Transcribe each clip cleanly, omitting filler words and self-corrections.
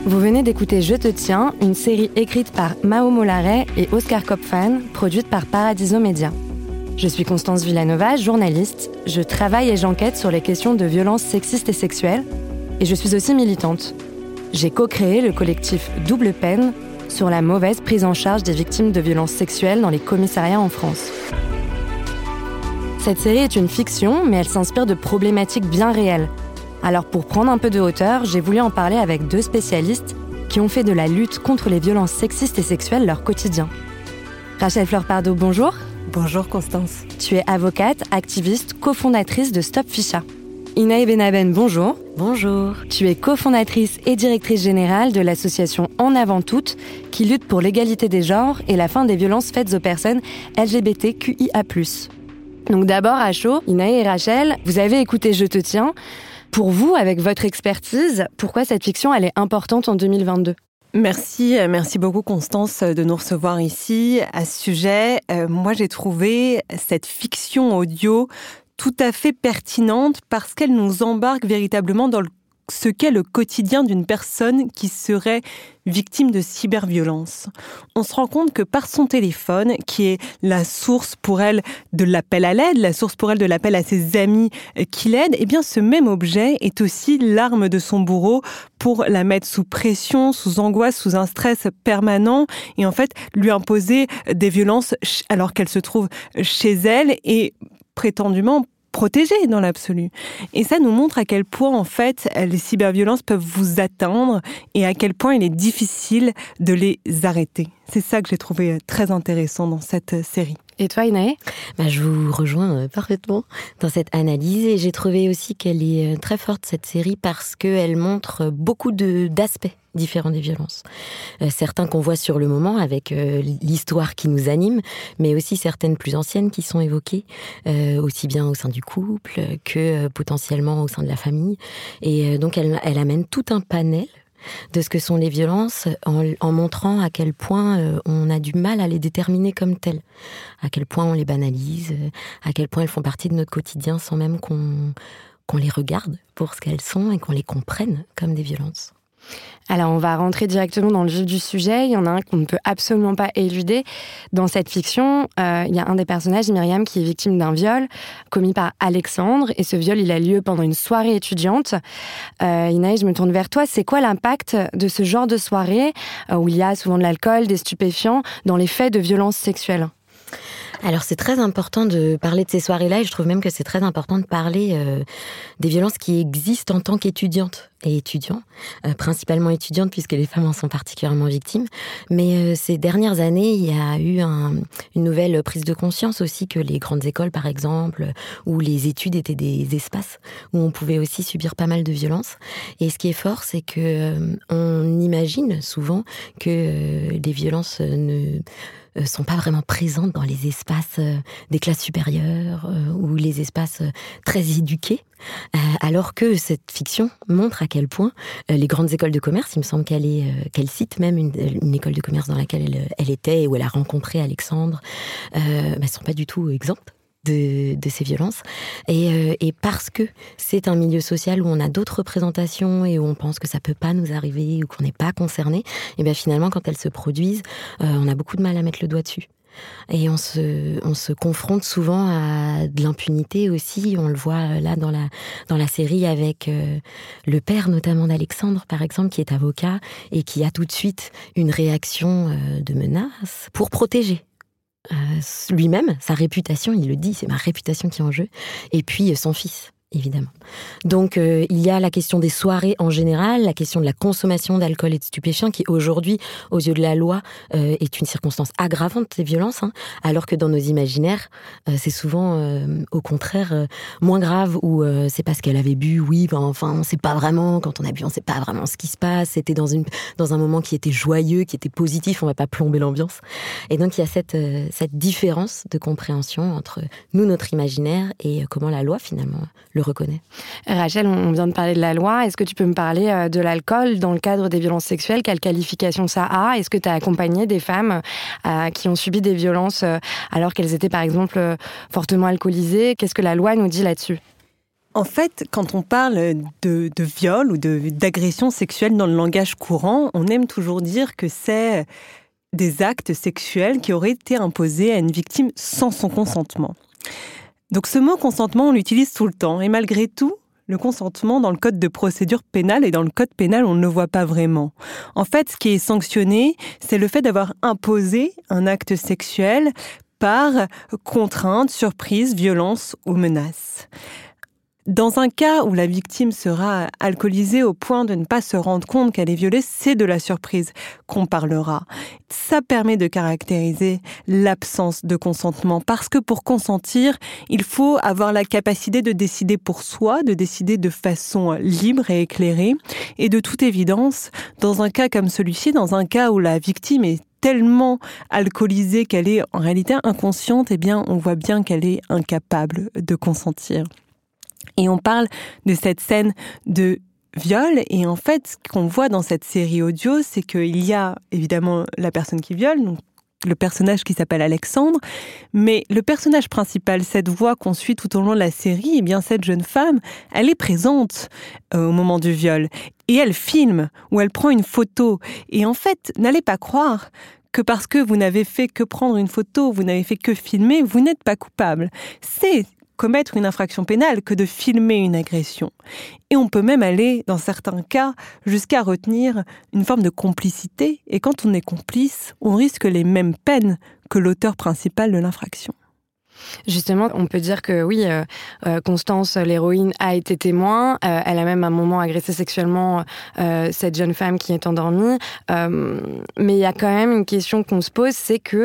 Vous venez d'écouter Je te tiens, une série écrite par Mao Mollaret et Oscar Kopfan, produite par Paradiso Media. Je suis Constance Villanova, journaliste. Je travaille et j'enquête sur les questions de violences sexistes et sexuelles. Et je suis aussi militante. J'ai co-créé le collectif Double Peine sur la mauvaise prise en charge des victimes de violences sexuelles dans les commissariats en France. Cette série est une fiction, mais elle s'inspire de problématiques bien réelles. Alors pour prendre un peu de hauteur, j'ai voulu en parler avec 2 spécialistes qui ont fait de la lutte contre les violences sexistes et sexuelles leur quotidien. Rachel Fleur-Pardo, bonjour. Bonjour Constance. Tu es avocate, activiste, cofondatrice de Stop Ficha. Inaë Benaben, bonjour. Bonjour. Tu es cofondatrice et directrice générale de l'association En Avant Toutes, qui lutte pour l'égalité des genres et la fin des violences faites aux personnes LGBTQIA+. Donc d'abord à chaud, Inaë et Rachel, vous avez écouté Je te tiens. Pour vous, avec votre expertise, pourquoi cette fiction elle est importante en 2022 ? Merci beaucoup Constance de nous recevoir ici à ce sujet. Moi j'ai trouvé cette fiction audio tout à fait pertinente parce qu'elle nous embarque véritablement dans ce qu'est le quotidien d'une personne qui serait victime de cyberviolence. On se rend compte que par son téléphone, qui est la source pour elle de l'appel à l'aide, la source pour elle de l'appel à ses amis qui l'aident, eh bien ce même objet est aussi l'arme de son bourreau pour la mettre sous pression, sous angoisse, sous un stress permanent et en fait lui imposer des violences alors qu'elle se trouve chez elle et prétendument protégée dans l'absolu. Et ça nous montre à quel point, en fait, les cyberviolences peuvent vous atteindre et à quel point il est difficile de les arrêter. C'est ça que j'ai trouvé très intéressant dans cette série. Et toi, Inaë ? Je vous rejoins parfaitement dans cette analyse et j'ai trouvé aussi qu'elle est très forte, cette série, parce qu'elle montre beaucoup d'aspects différents des violences. Certains qu'on voit sur le moment avec l'histoire qui nous anime, mais aussi certaines plus anciennes qui sont évoquées, aussi bien au sein du couple que potentiellement au sein de la famille. Et donc elle amène tout un panel de ce que sont les violences en montrant à quel point on a du mal à les déterminer comme telles, à quel point on les banalise, à quel point elles font partie de notre quotidien sans même qu'on les regarde pour ce qu'elles sont et qu'on les comprenne comme des violences. Alors, on va rentrer directement dans le vif du sujet. Il y en a un qu'on ne peut absolument pas éluder. Dans cette fiction, il y a un des personnages, Myriam, qui est victime d'un viol commis par Alexandre. Et ce viol, il a lieu pendant une soirée étudiante. Inaë, je me tourne vers toi. C'est quoi l'impact de ce genre de soirée où il y a souvent de l'alcool, des stupéfiants, dans les faits de violences sexuelles ? Alors c'est très important de parler de ces soirées-là et je trouve même que c'est très important de parler des violences qui existent en tant qu'étudiantes et étudiants, principalement étudiantes puisque les femmes en sont particulièrement victimes. Mais ces dernières années, il y a eu une nouvelle prise de conscience aussi que les grandes écoles, par exemple, ou les études étaient des espaces où on pouvait aussi subir pas mal de violences. Et ce qui est fort, c'est que on imagine souvent que les violences ne sont pas vraiment présentes dans les espaces des classes supérieures ou les espaces très éduqués, alors que cette fiction montre à quel point les grandes écoles de commerce, il me semble qu'elle cite même une école de commerce dans laquelle elle était, où elle a rencontré Alexandre, ne sont pas du tout exemptes de ces violences. Et parce que c'est un milieu social où on a d'autres représentations et où on pense que ça peut pas nous arriver ou qu'on n'est pas concerné, et bien finalement, quand elles se produisent, on a beaucoup de mal à mettre le doigt dessus. Et on se confronte souvent à de l'impunité aussi. On le voit là dans la série avec le père notamment d'Alexandre, par exemple, qui est avocat et qui a tout de suite une réaction de menace pour protéger lui-même, sa réputation, il le dit, c'est ma réputation qui est en jeu, et puis son fils. Évidemment. Donc, il y a la question des soirées en général, la question de la consommation d'alcool et de stupéfiants, qui aujourd'hui, aux yeux de la loi, est une circonstance aggravante des violences, alors que dans nos imaginaires, c'est souvent, au contraire, moins grave, ou c'est parce qu'elle avait bu, oui, enfin, on sait pas vraiment, quand on a bu, on sait pas vraiment ce qui se passe, c'était dans un moment qui était joyeux, qui était positif, on va pas plomber l'ambiance. Et donc, il y a cette différence de compréhension entre nous, notre imaginaire, et comment la loi, finalement, le reconnaît. Rachel, on vient de parler de la loi. Est-ce que tu peux me parler de l'alcool dans le cadre des violences sexuelles ? Quelle qualification ça a ? Est-ce que tu as accompagné des femmes qui ont subi des violences alors qu'elles étaient, par exemple, fortement alcoolisées ? Qu'est-ce que la loi nous dit là-dessus ? En fait, quand on parle de viol ou d'agression sexuelle dans le langage courant, on aime toujours dire que c'est des actes sexuels qui auraient été imposés à une victime sans son consentement. Donc ce mot consentement, on l'utilise tout le temps. Et malgré tout, le consentement dans le code de procédure pénale et dans le code pénal, on ne le voit pas vraiment. En fait, ce qui est sanctionné, c'est le fait d'avoir imposé un acte sexuel par contrainte, surprise, violence ou menace. Dans un cas où la victime sera alcoolisée au point de ne pas se rendre compte qu'elle est violée, c'est de la surprise qu'on parlera. Ça permet de caractériser l'absence de consentement parce que pour consentir, il faut avoir la capacité de décider pour soi, de décider de façon libre et éclairée. Et de toute évidence, dans un cas comme celui-ci, dans un cas où la victime est tellement alcoolisée qu'elle est en réalité inconsciente, eh bien, on voit bien qu'elle est incapable de consentir. Et on parle de cette scène de viol, et en fait, ce qu'on voit dans cette série audio, c'est qu'il y a évidemment la personne qui viole, donc le personnage qui s'appelle Alexandre, mais le personnage principal, cette voix qu'on suit tout au long de la série, eh bien cette jeune femme, elle est présente au moment du viol, et elle filme, ou elle prend une photo, et en fait, n'allez pas croire que parce que vous n'avez fait que prendre une photo, vous n'avez fait que filmer, vous n'êtes pas coupable. C'est commettre une infraction pénale que de filmer une agression. Et on peut même aller, dans certains cas, jusqu'à retenir une forme de complicité. Et quand on est complice, on risque les mêmes peines que l'auteur principal de l'infraction. Justement, on peut dire que oui, Constance, l'héroïne, a été témoin. Elle a même à un moment agressé sexuellement cette jeune femme qui est endormie. Mais il y a quand même une question qu'on se pose, c'est que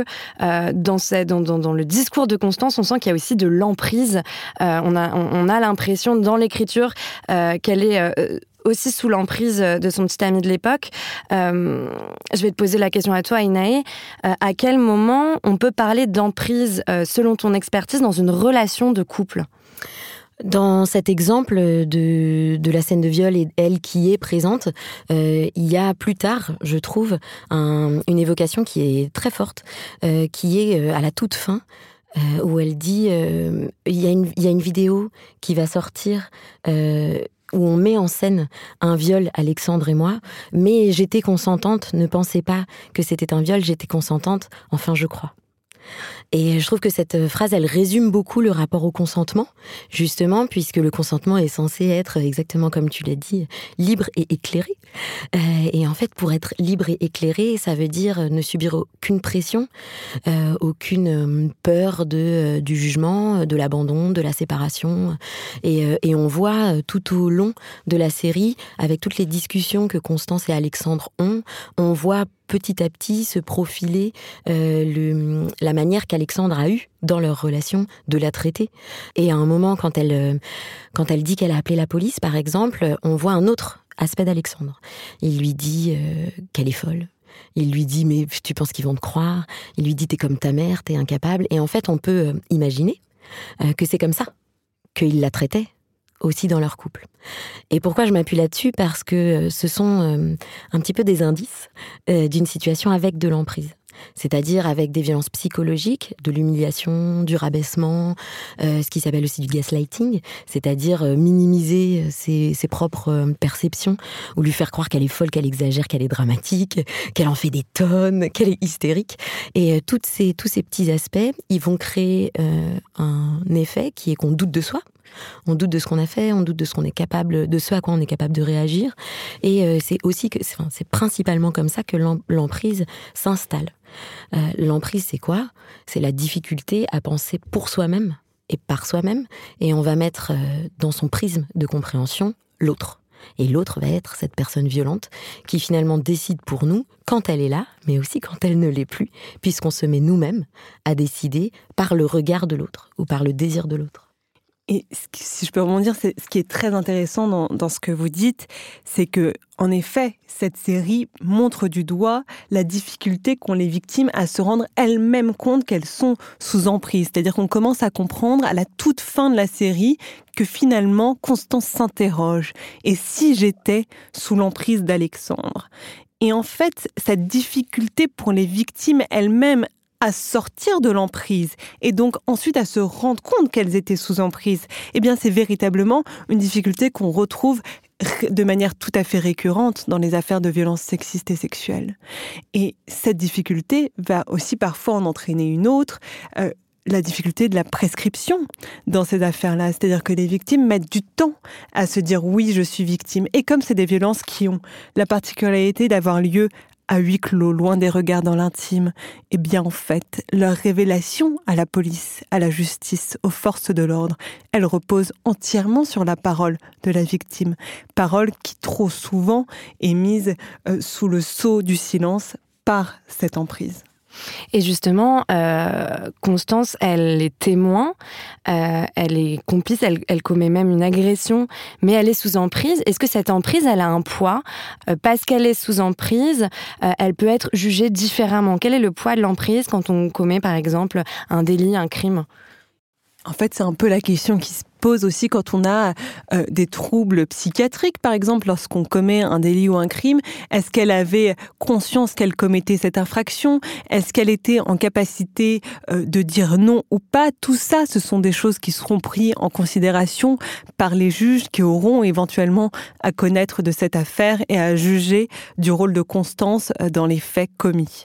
dans le discours de Constance, on sent qu'il y a aussi de l'emprise. On a l'impression dans l'écriture qu'elle est aussi sous l'emprise de son petit ami de l'époque. Je vais te poser la question à toi, Inaë. À quel moment on peut parler d'emprise, selon ton expertise, dans une relation de couple ? Dans cet exemple de la scène de viol et elle qui est présente, il y a plus tard, je trouve, une évocation qui est très forte, qui est à la toute fin, où elle dit il y a une vidéo qui va sortir où on met en scène un viol, Alexandre et moi, mais j'étais consentante, ne pensez pas que c'était un viol, j'étais consentante, enfin je crois. Et je trouve que cette phrase, elle résume beaucoup le rapport au consentement, justement, puisque le consentement est censé être, exactement comme tu l'as dit, libre et éclairé. Et en fait, pour être libre et éclairé, ça veut dire ne subir aucune pression, aucune peur du jugement, de l'abandon, de la séparation. Et on voit tout au long de la série, avec toutes les discussions que Constance et Alexandre ont, on voit petit à petit se profiler la manière qu'Alexandre a eue dans leur relation de la traiter. Et à un moment, quand elle dit qu'elle a appelé la police, par exemple, on voit un autre aspect d'Alexandre. Il lui dit qu'elle est folle. Il lui dit « mais tu penses qu'ils vont te croire ?» Il lui dit « t'es comme ta mère, t'es incapable ». Et en fait, on peut imaginer que c'est comme ça qu'il la traitait aussi dans leur couple. Et pourquoi je m'appuie là-dessus ? Parce que ce sont un petit peu des indices d'une situation avec de l'emprise. C'est-à-dire avec des violences psychologiques, de l'humiliation, du rabaissement, ce qui s'appelle aussi du gaslighting, c'est-à-dire minimiser ses propres perceptions, ou lui faire croire qu'elle est folle, qu'elle exagère, qu'elle est dramatique, qu'elle en fait des tonnes, qu'elle est hystérique. Et tous ces petits aspects, ils vont créer un effet qui est qu'on doute de soi. On doute de ce qu'on a fait, on doute de ce qu'on est capable, de ce à quoi on est capable de réagir. Et c'est aussi c'est principalement comme ça que l'emprise s'installe. L'emprise, c'est quoi ? C'est la difficulté à penser pour soi-même et par soi-même. Et on va mettre dans son prisme de compréhension l'autre. Et l'autre va être cette personne violente qui finalement décide pour nous quand elle est là, mais aussi quand elle ne l'est plus, puisqu'on se met nous-mêmes à décider par le regard de l'autre ou par le désir de l'autre. Et si je peux rebondir, ce qui est très intéressant dans ce que vous dites, c'est que, en effet, cette série montre du doigt la difficulté qu'ont les victimes à se rendre elles-mêmes compte qu'elles sont sous emprise. C'est-à-dire qu'on commence à comprendre à la toute fin de la série que finalement, Constance s'interroge. Et si j'étais sous l'emprise d'Alexandre ? Et en fait, cette difficulté pour les victimes elles-mêmes à sortir de l'emprise et donc ensuite à se rendre compte qu'elles étaient sous emprise, eh bien c'est véritablement une difficulté qu'on retrouve de manière tout à fait récurrente dans les affaires de violences sexistes et sexuelles. Et cette difficulté va aussi parfois en entraîner une autre, la difficulté de la prescription dans ces affaires-là. C'est-à-dire que les victimes mettent du temps à se dire « oui, je suis victime ». Et comme c'est des violences qui ont la particularité d'avoir lieu à huis clos, loin des regards dans l'intime, eh bien en fait, leur révélation à la police, à la justice, aux forces de l'ordre, elle repose entièrement sur la parole de la victime. Parole qui trop souvent est mise sous le sceau du silence par cette emprise. Et justement, Constance, elle est témoin, elle est complice, elle commet même une agression, mais elle est sous emprise. Est-ce que cette emprise, elle a un poids ? Parce qu'elle est sous emprise, elle peut être jugée différemment. Quel est le poids de l'emprise quand on commet, par exemple, un délit, un crime ? En fait, c'est un peu la question qui se pose aussi quand on a des troubles psychiatriques, par exemple, lorsqu'on commet un délit ou un crime. Est-ce qu'elle avait conscience qu'elle commettait cette infraction ? Est-ce qu'elle était en capacité de dire non ou pas ? Tout ça, ce sont des choses qui seront prises en considération par les juges qui auront éventuellement à connaître de cette affaire et à juger du rôle de Constance dans les faits commis.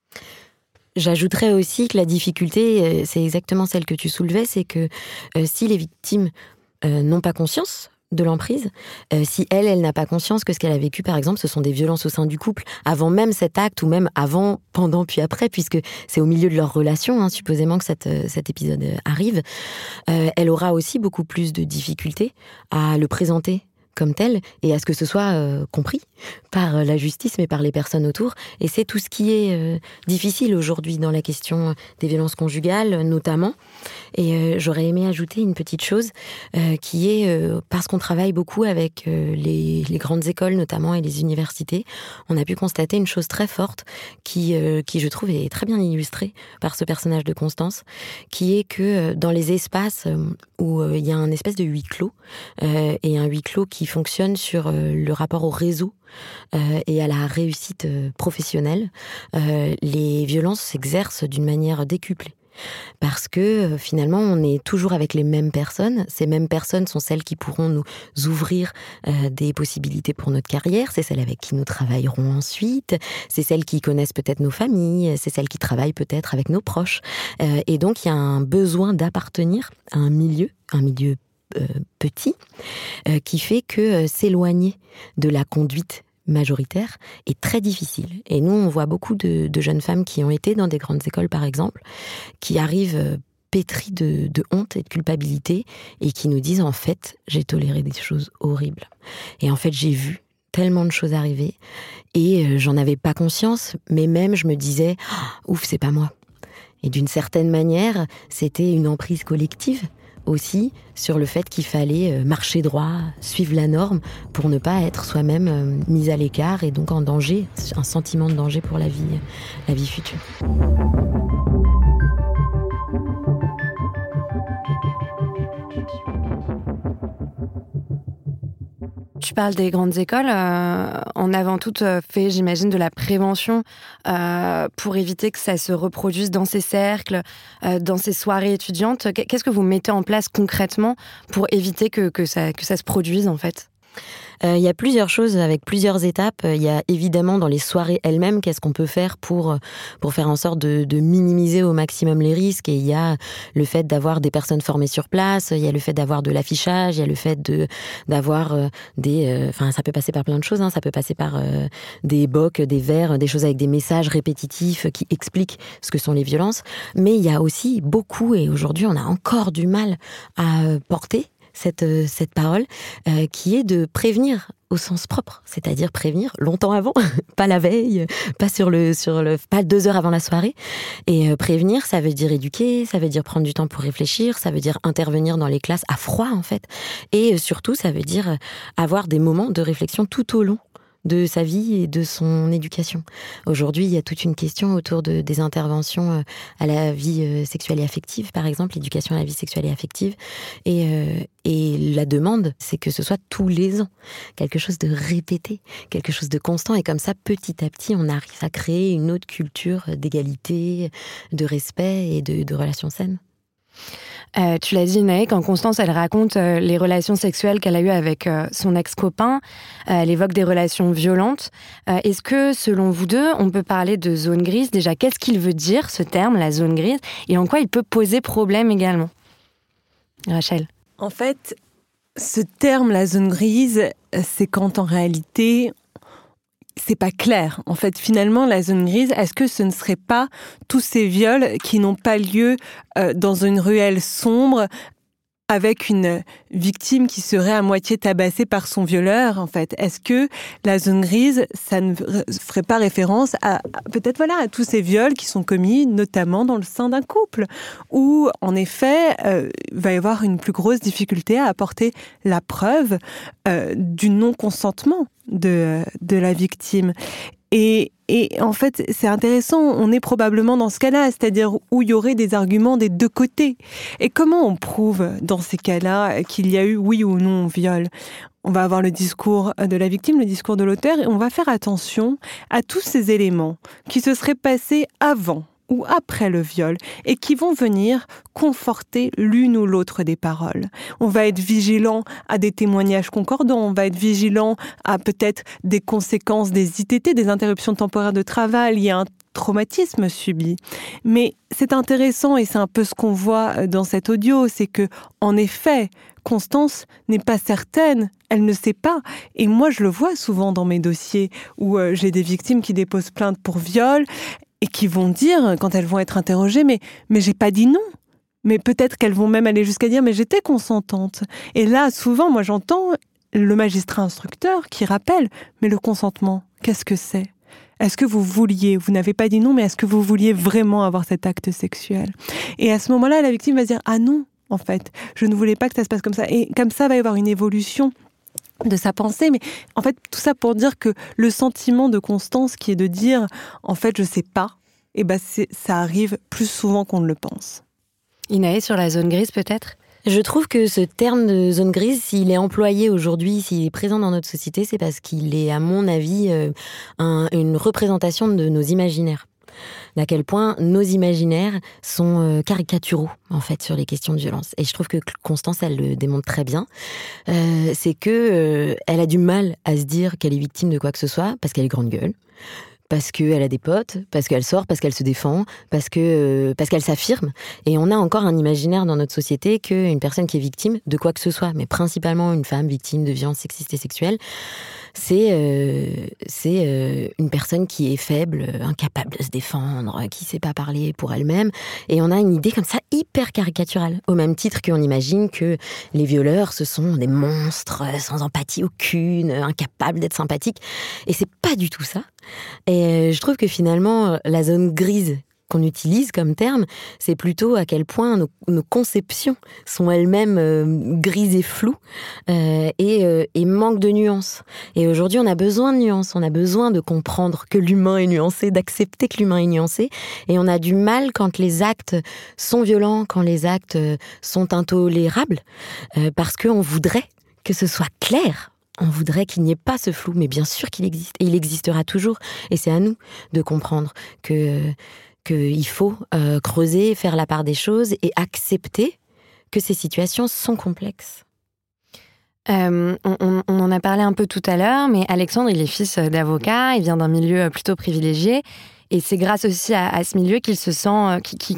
J'ajouterais aussi que la difficulté, c'est exactement celle que tu soulevais, c'est que si les victimes n'ont pas conscience de l'emprise, si elle n'a pas conscience que ce qu'elle a vécu, par exemple, ce sont des violences au sein du couple, avant même cet acte, ou même avant, pendant, puis après, puisque c'est au milieu de leur relation, supposément que cet épisode arrive, elle aura aussi beaucoup plus de difficultés à le présenter comme tel, et à ce que ce soit compris par la justice, mais par les personnes autour. Et c'est tout ce qui est difficile aujourd'hui dans la question des violences conjugales, notamment. Et j'aurais aimé ajouter une petite chose, qui est, parce qu'on travaille beaucoup avec les grandes écoles, notamment, et les universités, on a pu constater une chose très forte, qui je trouve, est très bien illustrée par ce personnage de Constance, qui est que dans les espaces où il y a un espèce de huis clos, et un huis clos qui fonctionne sur le rapport au réseau et à la réussite professionnelle, les violences s'exercent d'une manière décuplée. Parce que finalement, on est toujours avec les mêmes personnes. Ces mêmes personnes sont celles qui pourront nous ouvrir des possibilités pour notre carrière. C'est celles avec qui nous travaillerons ensuite. C'est celles qui connaissent peut-être nos familles. C'est celles qui travaillent peut-être avec nos proches. Et donc, il y a un besoin d'appartenir à un milieu petit, qui fait que s'éloigner de la conduite majoritaire est très difficile. Et nous, on voit beaucoup de jeunes femmes qui ont été dans des grandes écoles, par exemple, qui arrivent pétries de honte et de culpabilité et qui nous disent, en fait, j'ai toléré des choses horribles. Et en fait, j'ai vu tellement de choses arriver et j'en avais pas conscience, mais même je me disais, ouf, c'est pas moi. Et d'une certaine manière, c'était une emprise collective aussi sur le fait qu'il fallait marcher droit, suivre la norme pour ne pas être soi-même mis à l'écart et donc en danger, un sentiment de danger pour la vie future. Tu parles des grandes écoles. On a avant tout fait, j'imagine, de la prévention pour éviter que ça se reproduise dans ces cercles, dans ces soirées étudiantes. Qu'est-ce que vous mettez en place concrètement pour éviter que ça se produise, en fait ? Il y a plusieurs choses avec plusieurs étapes. Il y a évidemment dans les soirées elles-mêmes, qu'est-ce qu'on peut faire pour faire en sorte de minimiser au maximum les risques. Et il y a le fait d'avoir des personnes formées sur place, il y a le fait d'avoir de l'affichage, il y a le fait d'avoir ça peut passer par plein de choses, ça peut passer par des bocs, des verres, des choses avec des messages répétitifs qui expliquent ce que sont les violences. Mais il y a aussi beaucoup, et aujourd'hui on a encore du mal à porter cette parole, qui est de prévenir au sens propre, c'est-à-dire prévenir longtemps avant, pas la veille, pas pas 2 heures avant la soirée. Et prévenir, ça veut dire éduquer, ça veut dire prendre du temps pour réfléchir, ça veut dire intervenir dans les classes à froid en fait, et surtout ça veut dire avoir des moments de réflexion tout au long de sa vie et de son éducation. Aujourd'hui, il y a toute une question autour des interventions à la vie sexuelle et affective, par exemple, l'éducation à la vie sexuelle et affective. Et la demande, c'est que ce soit tous les ans, quelque chose de répété, quelque chose de constant. Et comme ça, petit à petit, on arrive à créer une autre culture d'égalité, de respect et de relations saines. Tu l'as dit, Inaë, quand Constance, elle raconte les relations sexuelles qu'elle a eues avec son ex-copain, elle évoque des relations violentes. Est-ce que, selon vous deux, on peut parler de zone grise ? Déjà, qu'est-ce qu'il veut dire, ce terme, la zone grise ? Et en quoi il peut poser problème également ? Rachel ? En fait, ce terme, la zone grise, c'est quand en réalité, c'est pas clair. En fait, finalement, la zone grise, est-ce que ce ne serait pas tous ces viols qui n'ont pas lieu dans une ruelle sombre avec une victime qui serait à moitié tabassée par son violeur, en fait? Est-ce que la zone grise, ça ne ferait pas référence à peut-être à tous ces viols qui sont commis, notamment dans le sein d'un couple, où, en effet, il va y avoir une plus grosse difficulté à apporter la preuve du non-consentement de la victime. Et en fait, c'est intéressant, on est probablement dans ce cas-là, c'est-à-dire où il y aurait des arguments des deux côtés. Et comment on prouve dans ces cas-là qu'il y a eu oui ou non viol ? On va avoir le discours de la victime, le discours de l'auteur, et on va faire attention à tous ces éléments qui se seraient passés avant ou après le viol et qui vont venir conforter l'une ou l'autre des paroles. On va être vigilant à des témoignages concordants, on va être vigilant à peut-être des conséquences des ITT, des interruptions temporaires de travail, il y a un traumatisme subi. Mais c'est intéressant et c'est un peu ce qu'on voit dans cet audio, c'est que, en effet, Constance n'est pas certaine, elle ne sait pas. Et moi, je le vois souvent dans mes dossiers où j'ai des victimes qui déposent plainte pour viol et qui vont dire, quand elles vont être interrogées, mais j'ai pas dit non. Mais peut-être qu'elles vont même aller jusqu'à dire, mais j'étais consentante. Et là, souvent, moi, j'entends le magistrat instructeur qui rappelle, mais le consentement, qu'est-ce que c'est ? Est-ce que vous n'avez pas dit non, mais est-ce que vous vouliez vraiment avoir cet acte sexuel ? Et à ce moment-là, la victime va se dire, ah non, en fait, je ne voulais pas que ça se passe comme ça. Et comme ça, va y avoir une évolution de sa pensée, mais en fait, tout ça pour dire que le sentiment de Constance qui est de dire, en fait, je sais pas, ça arrive plus souvent qu'on ne le pense. Inaë, sur la zone grise, peut-être ? Je trouve que ce terme de zone grise, s'il est employé aujourd'hui, s'il est présent dans notre société, c'est parce qu'il est, à mon avis, une représentation de nos imaginaires. D'à quel point nos imaginaires sont caricaturaux, en fait, sur les questions de violence. Et je trouve que Constance, elle le démontre très bien. C'est que elle a du mal à se dire qu'elle est victime de quoi que ce soit, parce qu'elle est grande gueule, parce qu'elle a des potes, parce qu'elle sort, parce qu'elle se défend, parce qu'elle s'affirme. Et on a encore un imaginaire dans notre société qu'une personne qui est victime de quoi que ce soit, mais principalement une femme victime de violences sexistes et sexuelles, c'est une personne qui est faible, incapable de se défendre, qui ne sait pas parler pour elle-même. Et on a une idée comme ça hyper caricaturale. Au même titre qu'on imagine que les violeurs, ce sont des monstres sans empathie aucune, incapables d'être sympathiques. Et c'est pas du tout ça. Et je trouve que finalement, la zone grise qu'on utilise comme terme, c'est plutôt à quel point nos conceptions sont elles-mêmes grises et floues et manquent de nuances. Et aujourd'hui, on a besoin de nuances, on a besoin de comprendre que l'humain est nuancé, d'accepter que l'humain est nuancé, et on a du mal quand les actes sont violents, quand les actes sont intolérables, parce qu'on voudrait que ce soit clair. On voudrait qu'il n'y ait pas ce flou, mais bien sûr qu'il existe, et il existera toujours. Et c'est à nous de comprendre qu'il faut creuser, faire la part des choses et accepter que ces situations sont complexes. On en a parlé un peu tout à l'heure, mais Alexandre, il est fils d'avocat, il vient d'un milieu plutôt privilégié, et c'est grâce aussi à ce milieu qu'il se sent,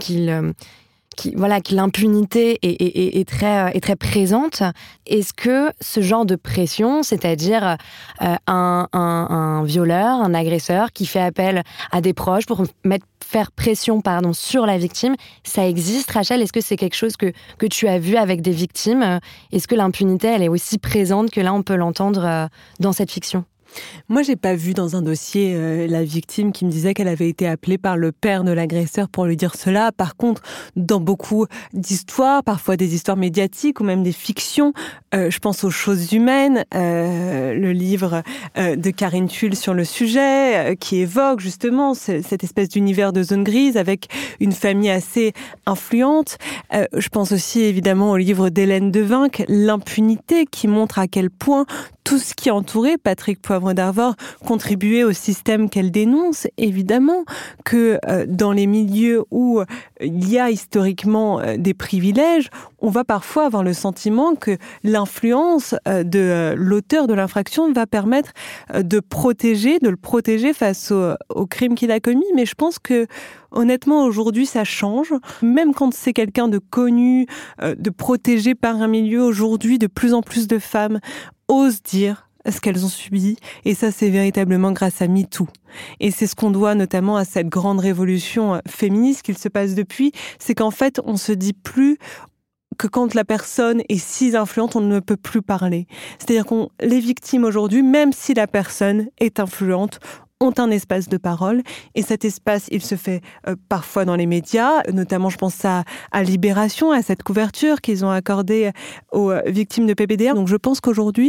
que l'impunité est très présente. Est-ce que ce genre de pression, c'est-à-dire un violeur, un agresseur qui fait appel à des proches pour faire pression sur la victime, ça existe, Rachel? Est-ce que c'est quelque chose que tu as vu avec des victimes? Est-ce que l'impunité, elle est aussi présente que là, on peut l'entendre dans cette fiction? Moi, j'ai pas vu dans un dossier la victime qui me disait qu'elle avait été appelée par le père de l'agresseur pour lui dire cela. Par contre, dans beaucoup d'histoires, parfois des histoires médiatiques ou même des fictions, je pense aux Choses humaines, le livre de Karine Thuil sur le sujet, qui évoque justement cette espèce d'univers de zone grise avec une famille assez influente. Je pense aussi évidemment au livre d'Hélène Devinck, L'impunité, qui montre à quel point tout ce qui entourait Patrick Poivre d'Arvor contribuait au système qu'elle dénonce. Évidemment que dans les milieux où il y a historiquement des privilèges, on va parfois avoir le sentiment que l'influence de l'auteur de l'infraction va permettre de le protéger face au crime qu'il a commis. Mais je pense que honnêtement, aujourd'hui, ça change. Même quand c'est quelqu'un de connu, de protégé par un milieu, aujourd'hui, de plus en plus de femmes osent dire ce qu'elles ont subi. Et ça, c'est véritablement grâce à MeToo. Et c'est ce qu'on doit notamment à cette grande révolution féministe qu'il se passe depuis. C'est qu'en fait, on se dit plus que quand la personne est si influente, on ne peut plus parler. C'est-à-dire que les victimes aujourd'hui, même si la personne est influente, ont un espace de parole, et cet espace, il se fait parfois dans les médias, notamment je pense à Libération, à cette couverture qu'ils ont accordée aux victimes de PPDR. Donc je pense qu'aujourd'hui,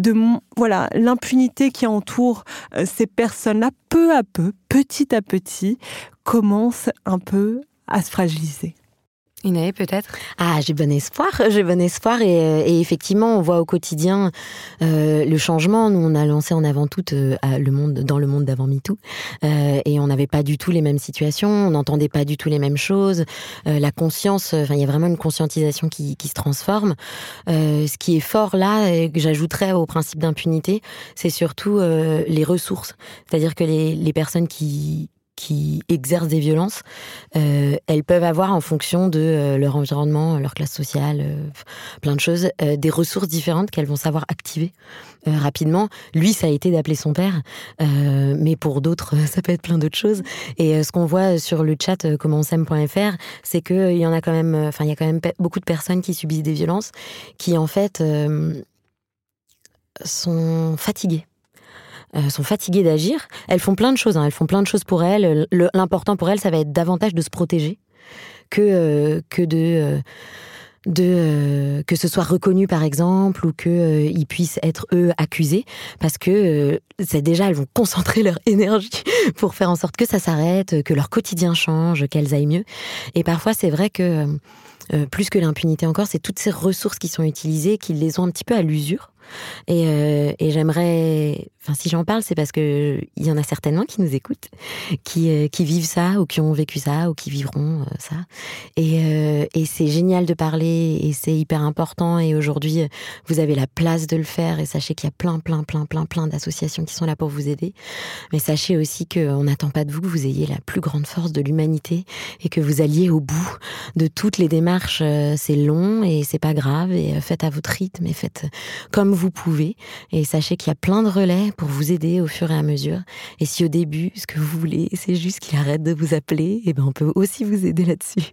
l'impunité qui entoure ces personnes-là, peu à peu, petit à petit, commence un peu à se fragiliser. Inaë, peut-être ? J'ai bon espoir et effectivement on voit au quotidien le changement. Nous on a lancé en avant tout dans le monde d'avant MeToo et on n'avait pas du tout les mêmes situations, on n'entendait pas du tout les mêmes choses, la conscience, il y a vraiment une conscientisation qui se transforme. Ce qui est fort là et que j'ajouterais au principe d'impunité, c'est surtout les ressources, c'est-à-dire que les personnes qui exercent des violences, elles peuvent avoir en fonction de leur environnement, leur classe sociale, plein de choses, des ressources différentes qu'elles vont savoir activer rapidement. Lui, ça a été d'appeler son père, mais pour d'autres, ça peut être plein d'autres choses. Et ce qu'on voit sur le chat commentsem.fr, c'est qu'il y en a quand même, il y a quand même beaucoup de personnes qui subissent des violences, qui en fait sont fatiguées. Sont fatiguées d'agir. Elles font plein de choses, elles font plein de choses pour elles. L'important pour elles, ça va être davantage de se protéger que ce soit reconnu par exemple, ou qu'ils puissent être eux accusés, parce que c'est déjà, elles vont concentrer leur énergie pour faire en sorte que ça s'arrête, que leur quotidien change, qu'elles aillent mieux. Et parfois c'est vrai que plus que l'impunité encore, c'est toutes ces ressources qui sont utilisées, qui les ont un petit peu à l'usure. Et j'aimerais, si j'en parle, c'est parce que il y en a certainement qui nous écoutent, qui vivent ça, ou qui ont vécu ça, ou qui vivront ça. Et c'est génial de parler, et c'est hyper important. Et aujourd'hui, vous avez la place de le faire. Et sachez qu'il y a plein d'associations qui sont là pour vous aider. Mais sachez aussi qu'on n'attend pas de vous que vous ayez la plus grande force de l'humanité et que vous alliez au bout de toutes les démarches. C'est long et c'est pas grave. Et faites à votre rythme et faites comme vous pouvez, et sachez qu'il y a plein de relais pour vous aider au fur et à mesure. Et si au début, ce que vous voulez, c'est juste qu'il arrête de vous appeler, et on peut aussi vous aider là-dessus.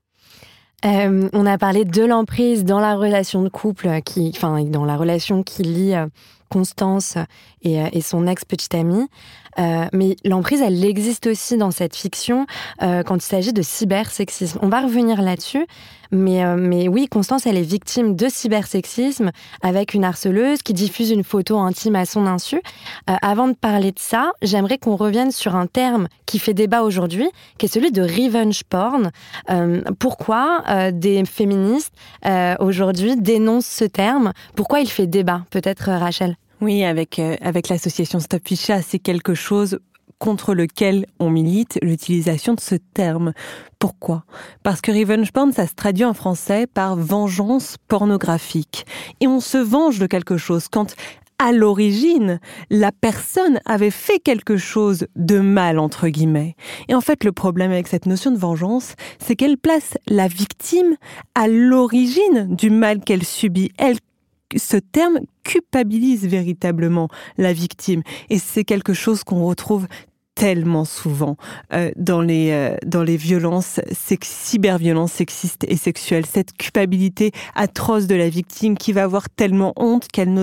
On a parlé de l'emprise dans la relation de couple, dans la relation qui lie Constance et son ex-petite amie. Mais l'emprise, elle existe aussi dans cette fiction quand il s'agit de cybersexisme. On va revenir là-dessus, mais oui, Constance, elle est victime de cybersexisme avec une harceleuse qui diffuse une photo intime à son insu. Avant de parler de ça, j'aimerais qu'on revienne sur un terme qui fait débat aujourd'hui, qui est celui de revenge porn. Pourquoi des féministes aujourd'hui dénoncent ce terme ? Pourquoi il fait débat ? Peut-être Rachel ? Oui, avec l'association Stop Ficha, c'est quelque chose contre lequel on milite, l'utilisation de ce terme. Pourquoi ? Parce que revenge porn, ça se traduit en français par vengeance pornographique. Et on se venge de quelque chose quand, à l'origine, la personne avait fait quelque chose de mal, entre guillemets. Et en fait, le problème avec cette notion de vengeance, c'est qu'elle place la victime à l'origine du mal qu'elle subit. Ce terme culpabilise véritablement la victime. Et c'est quelque chose qu'on retrouve tellement souvent dans les violences, cyberviolences sexistes et sexuelles. Cette culpabilité atroce de la victime qui va avoir tellement honte qu'elle n'osera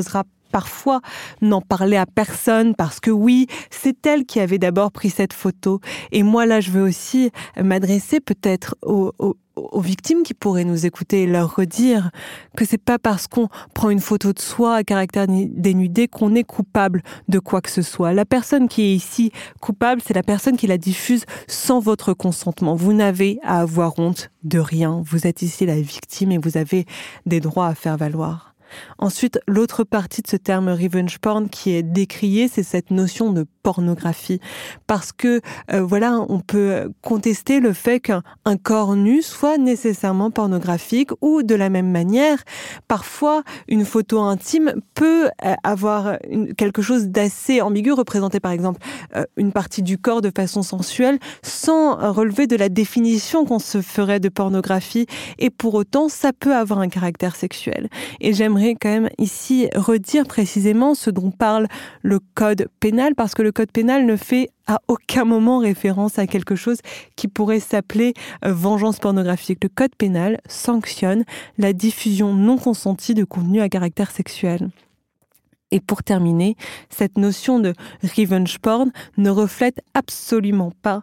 parfois n'en parlait à personne parce que oui, c'est elle qui avait d'abord pris cette photo. Et moi, là, je veux aussi m'adresser peut-être aux victimes qui pourraient nous écouter et leur redire que c'est pas parce qu'on prend une photo de soi à caractère dénudé qu'on est coupable de quoi que ce soit. La personne qui est ici coupable, c'est la personne qui la diffuse sans votre consentement. Vous n'avez à avoir honte de rien. Vous êtes ici la victime et vous avez des droits à faire valoir. Ensuite, l'autre partie de ce terme revenge porn qui est décriée, c'est cette notion de pornographie. Parce que, on peut contester le fait qu'un corps nu soit nécessairement pornographique ou de la même manière, parfois, une photo intime peut avoir quelque chose d'assez ambigu, représenter par exemple une partie du corps de façon sensuelle, sans relever de la définition qu'on se ferait de pornographie. Et pour autant, ça peut avoir un caractère sexuel. Et j'aimerais quand même ici redire précisément ce dont parle le code pénal, parce que le code pénal ne fait à aucun moment référence à quelque chose qui pourrait s'appeler vengeance pornographique. Le code pénal sanctionne la diffusion non consentie de contenu à caractère sexuel. Et pour terminer, cette notion de revenge porn ne reflète absolument pas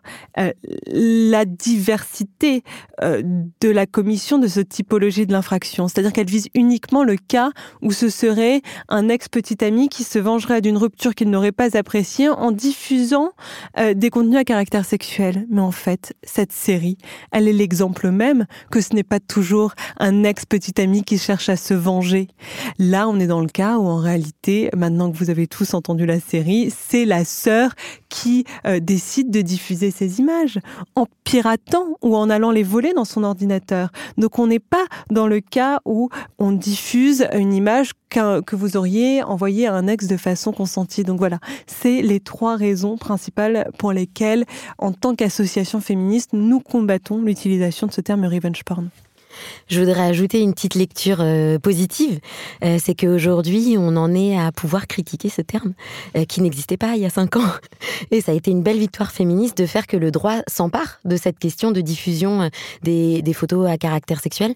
la diversité de la commission de cette typologie de l'infraction. C'est-à-dire qu'elle vise uniquement le cas où ce serait un ex-petit ami qui se vengerait d'une rupture qu'il n'aurait pas appréciée en diffusant des contenus à caractère sexuel. Mais en fait, cette série, elle est l'exemple même que ce n'est pas toujours un ex-petit ami qui cherche à se venger. Là, on est dans le cas où en réalité, maintenant que vous avez tous entendu la série, c'est la sœur qui décide de diffuser ces images en piratant ou en allant les voler dans son ordinateur. Donc on n'est pas dans le cas où on diffuse une image que vous auriez envoyée à un ex de façon consentie. Donc voilà, c'est les 3 raisons principales pour lesquelles, en tant qu'association féministe, nous combattons l'utilisation de ce terme revenge porn. Je voudrais ajouter une petite lecture positive. C'est qu'aujourd'hui, on en est à pouvoir critiquer ce terme qui n'existait pas il y a 5 ans. Et ça a été une belle victoire féministe de faire que le droit s'empare de cette question de diffusion des photos à caractère sexuel.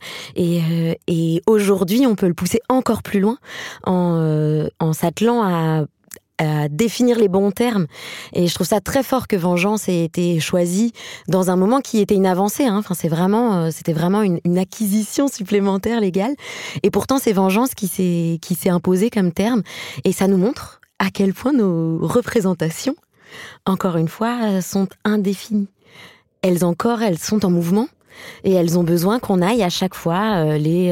Et aujourd'hui, on peut le pousser encore plus loin en s'attelant à définir les bons termes. Et je trouve ça très fort que vengeance ait été choisie dans un moment qui était une avancée. Enfin, c'était vraiment une acquisition supplémentaire légale. Et pourtant, c'est vengeance qui s'est imposée comme terme. Et ça nous montre à quel point nos représentations, encore une fois, sont indéfinies. Elles sont en mouvement. Et elles ont besoin qu'on aille à chaque fois les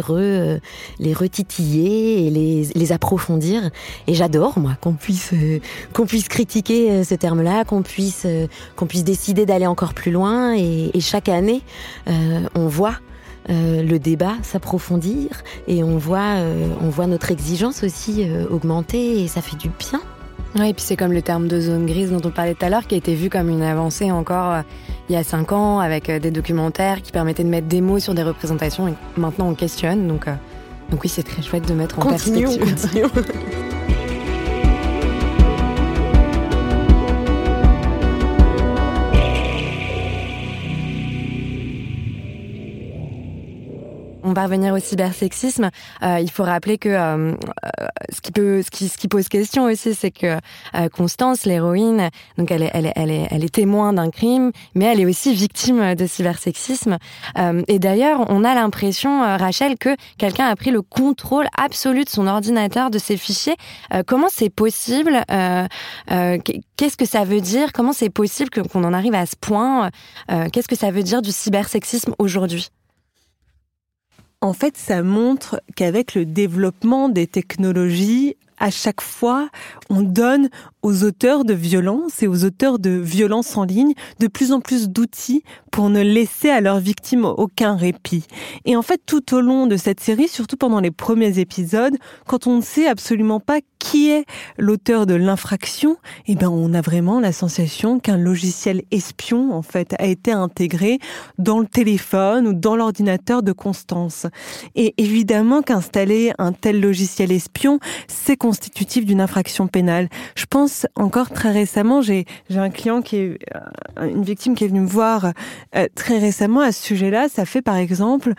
retitiller et les approfondir. Et j'adore, moi, qu'on puisse critiquer ce terme-là, qu'on puisse décider d'aller encore plus loin. Et chaque année, on voit le débat s'approfondir et on voit notre exigence aussi augmenter et ça fait du bien. Oui, et puis c'est comme le terme de zone grise dont on parlait tout à l'heure, qui a été vu comme une avancée encore il y a 5 ans, avec des documentaires qui permettaient de mettre des mots sur des représentations, et maintenant on questionne, donc oui, c'est très chouette de mettre en perspective. Continuons. On va revenir au cybersexisme. Il faut rappeler que ce qui pose question aussi, c'est que Constance, l'héroïne, donc elle est témoin d'un crime, mais elle est aussi victime de cybersexisme. Et d'ailleurs, on a l'impression, Rachel, que quelqu'un a pris le contrôle absolu de son ordinateur, de ses fichiers. Comment c'est possible ? Qu'est-ce que ça veut dire ? Comment c'est possible qu'on en arrive à ce point ? Qu'est-ce que ça veut dire du cybersexisme aujourd'hui ? En fait, ça montre qu'avec le développement des technologies, à chaque fois, on donne aux auteurs de violences et aux auteurs de violences en ligne de plus en plus d'outils pour ne laisser à leurs victimes aucun répit. Et en fait, tout au long de cette série, surtout pendant les premiers épisodes, quand on ne sait absolument pas qui est l'auteur de l'infraction, on a vraiment la sensation qu'un logiciel espion, en fait, a été intégré dans le téléphone ou dans l'ordinateur de Constance. Et évidemment qu'installer un tel logiciel espion, c'est constitutif d'une infraction pénale. Je pense encore très récemment, j'ai un client une victime qui est venue me voir très récemment à ce sujet-là. Ça fait par exemple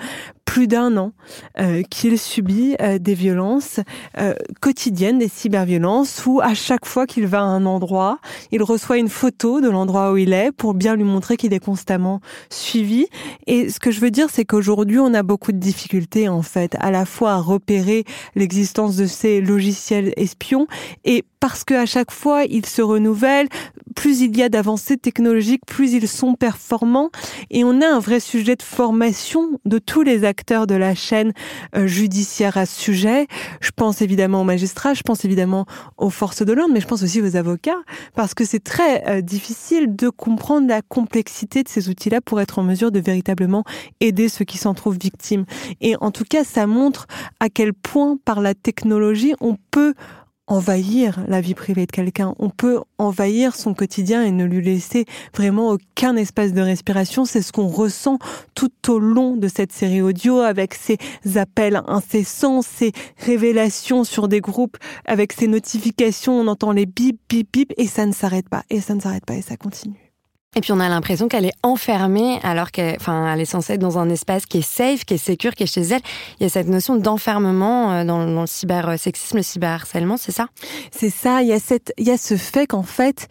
plus d'1 an qu'il subit des violences quotidiennes, des cyberviolences, où à chaque fois qu'il va à un endroit, il reçoit une photo de l'endroit où il est pour bien lui montrer qu'il est constamment suivi. Et ce que je veux dire, c'est qu'aujourd'hui, on a beaucoup de difficultés, en fait, à la fois à repérer l'existence de ces logiciels espions, et parce qu'à chaque fois, ils se renouvellent, plus il y a d'avancées technologiques, plus ils sont performants. Et on a un vrai sujet de formation de tous les acteurs de la chaîne judiciaire à ce sujet. Je pense évidemment aux magistrats, je pense évidemment aux forces de l'ordre, mais je pense aussi aux avocats, parce que c'est très difficile de comprendre la complexité de ces outils-là pour être en mesure de véritablement aider ceux qui s'en trouvent victimes. Et en tout cas, ça montre à quel point, par la technologie, on peut envahir la vie privée de quelqu'un. On peut envahir son quotidien et ne lui laisser vraiment aucun espace de respiration. C'est ce qu'on ressent tout au long de cette série audio, avec ces appels incessants, ces révélations sur des groupes, avec ces notifications, on entend les bip, bip, bip, et ça ne s'arrête pas, et ça ne s'arrête pas, et ça continue. Et puis on a l'impression qu'elle est enfermée alors qu'elle est censée être dans un espace qui est safe, qui est sécure, qui est chez elle. Il y a cette notion d'enfermement dans le cybersexisme, le cyberharcèlement, c'est ça ? C'est ça, il y a ce fait qu'en fait,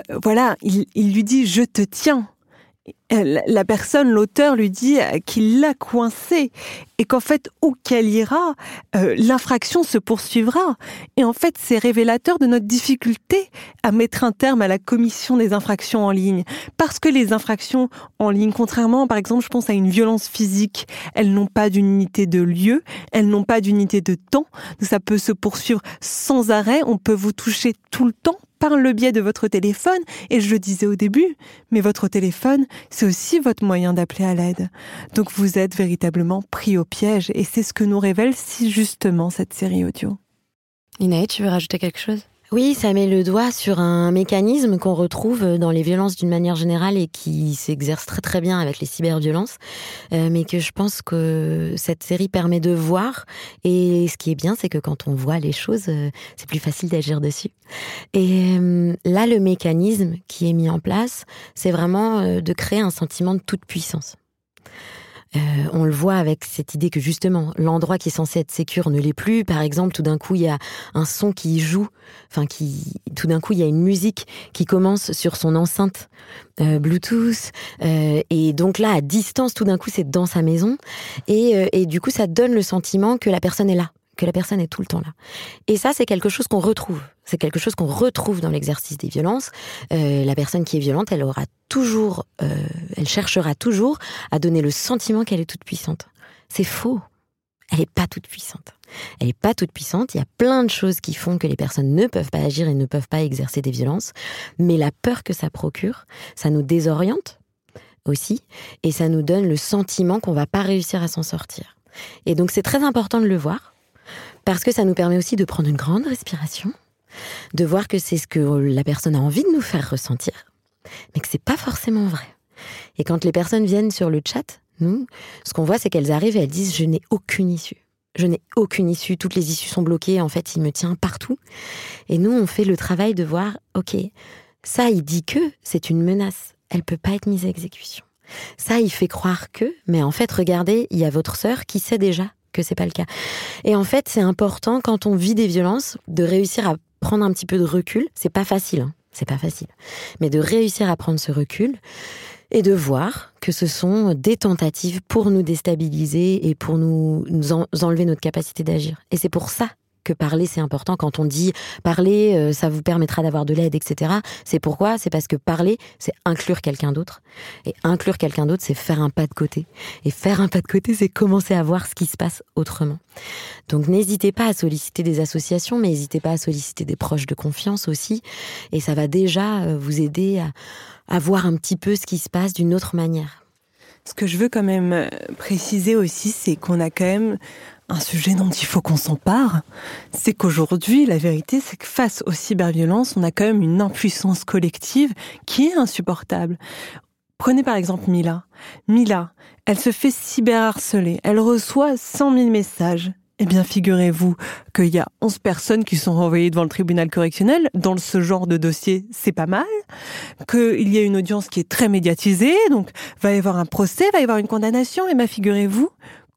il lui dit « je te tiens ». La personne, l'auteur, lui dit qu'il l'a coincé et qu'en fait, où qu'elle ira, l'infraction se poursuivra. Et en fait, c'est révélateur de notre difficulté à mettre un terme à la commission des infractions en ligne. Parce que les infractions en ligne, contrairement, par exemple, je pense à une violence physique, elles n'ont pas d'unité de lieu, elles n'ont pas d'unité de temps. Ça peut se poursuivre sans arrêt, on peut vous toucher tout le temps, par le biais de votre téléphone, et je le disais au début, mais votre téléphone, c'est aussi votre moyen d'appeler à l'aide. Donc vous êtes véritablement pris au piège, et c'est ce que nous révèle si justement cette série audio. Inaë, tu veux rajouter quelque chose ? Oui, ça met le doigt sur un mécanisme qu'on retrouve dans les violences d'une manière générale et qui s'exerce très très bien avec les cyberviolences, mais que je pense que cette série permet de voir. Et ce qui est bien, c'est que quand on voit les choses, c'est plus facile d'agir dessus. Et là, le mécanisme qui est mis en place, c'est vraiment de créer un sentiment de toute puissance. On le voit avec cette idée que justement l'endroit qui est censé être sécure ne l'est plus. Par exemple, tout d'un coup il y a un son qui joue, tout d'un coup il y a une musique qui commence sur son enceinte Bluetooth, et donc là à distance, tout d'un coup c'est dans sa maison, et du coup ça donne le sentiment que la personne est là, que la personne est tout le temps là. Et ça, c'est quelque chose qu'on retrouve. C'est quelque chose qu'on retrouve dans l'exercice des violences. La personne qui est violente, elle cherchera toujours à donner le sentiment qu'elle est toute puissante. C'est faux. Elle n'est pas toute puissante. Elle n'est pas toute puissante. Il y a plein de choses qui font que les personnes ne peuvent pas agir et ne peuvent pas exercer des violences. Mais la peur que ça procure, ça nous désoriente aussi, et ça nous donne le sentiment qu'on ne va pas réussir à s'en sortir. Et donc, c'est très important de le voir, parce que ça nous permet aussi de prendre une grande respiration, de voir que c'est ce que la personne a envie de nous faire ressentir, mais que c'est pas forcément vrai. Et quand les personnes viennent sur le chat, nous, ce qu'on voit, c'est qu'elles arrivent et elles disent « je n'ai aucune issue ». Je n'ai aucune issue, toutes les issues sont bloquées, en fait, il me tient partout. Et nous, on fait le travail de voir, ok, ça, il dit que c'est une menace, elle peut pas être mise à exécution. Ça, il fait croire que, mais en fait, regardez, il y a votre sœur qui sait déjà que c'est pas le cas. Et en fait, c'est important, quand on vit des violences, de réussir à prendre un petit peu de recul. C'est pas facile, c'est pas facile. Mais de réussir à prendre ce recul et de voir que ce sont des tentatives pour nous déstabiliser et pour nous enlever notre capacité d'agir. Et c'est pour ça que parler, c'est important. Quand on dit parler, ça vous permettra d'avoir de l'aide, etc. C'est pourquoi ? C'est parce que parler, c'est inclure quelqu'un d'autre. Et inclure quelqu'un d'autre, c'est faire un pas de côté. Et faire un pas de côté, c'est commencer à voir ce qui se passe autrement. Donc n'hésitez pas à solliciter des associations, mais n'hésitez pas à solliciter des proches de confiance aussi. Et ça va déjà vous aider à voir un petit peu ce qui se passe d'une autre manière. Ce que je veux quand même préciser aussi, c'est qu'on a quand même un sujet dont il faut qu'on s'empare. C'est qu'aujourd'hui, la vérité, c'est que face aux cyberviolences, on a quand même une impuissance collective qui est insupportable. Prenez par exemple Mila. Mila, elle se fait cyberharceler. Elle reçoit 100 000 messages. Eh bien, figurez-vous qu'il y a 11 personnes qui sont renvoyées devant le tribunal correctionnel. Dans ce genre de dossier, c'est pas mal. Qu'il y a une audience qui est très médiatisée, donc va y avoir un procès, va y avoir une condamnation. Et bien, figurez-vous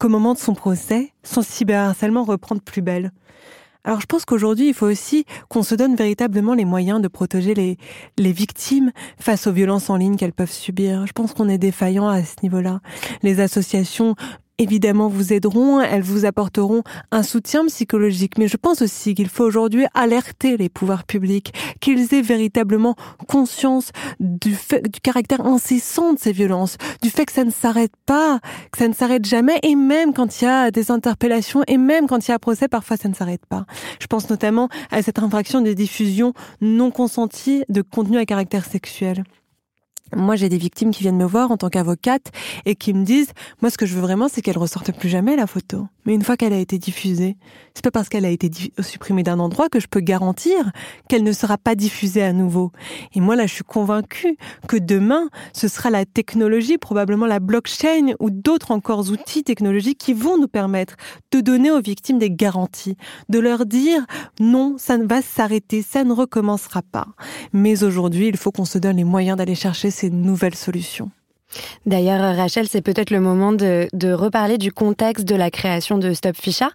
qu'au moment de son procès, son cyberharcèlement reprend de plus belle. Alors je pense qu'aujourd'hui, il faut aussi qu'on se donne véritablement les moyens de protéger les victimes face aux violences en ligne qu'elles peuvent subir. Je pense qu'on est défaillant à ce niveau-là. Les associations, évidemment, vous aideront, elles vous apporteront un soutien psychologique. Mais je pense aussi qu'il faut aujourd'hui alerter les pouvoirs publics, qu'ils aient véritablement conscience du caractère incessant de ces violences, du fait que ça ne s'arrête pas, que ça ne s'arrête jamais, et même quand il y a des interpellations, et même quand il y a un procès, parfois ça ne s'arrête pas. Je pense notamment à cette infraction de diffusion non consentie de contenu à caractère sexuel. Moi, j'ai des victimes qui viennent me voir en tant qu'avocate et qui me disent, moi, ce que je veux vraiment, c'est qu'elle ressorte plus jamais, la photo. Mais une fois qu'elle a été diffusée, c'est pas parce qu'elle a été supprimée d'un endroit que je peux garantir qu'elle ne sera pas diffusée à nouveau. Et moi, là, je suis convaincue que demain, ce sera la technologie, probablement la blockchain ou d'autres encore outils technologiques qui vont nous permettre de donner aux victimes des garanties, de leur dire, non, ça ne va s'arrêter, ça ne recommencera pas. Mais aujourd'hui, il faut qu'on se donne les moyens d'aller chercher ces nouvelles solutions. D'ailleurs, Rachel, c'est peut-être le moment de reparler du contexte de la création de Stop Ficha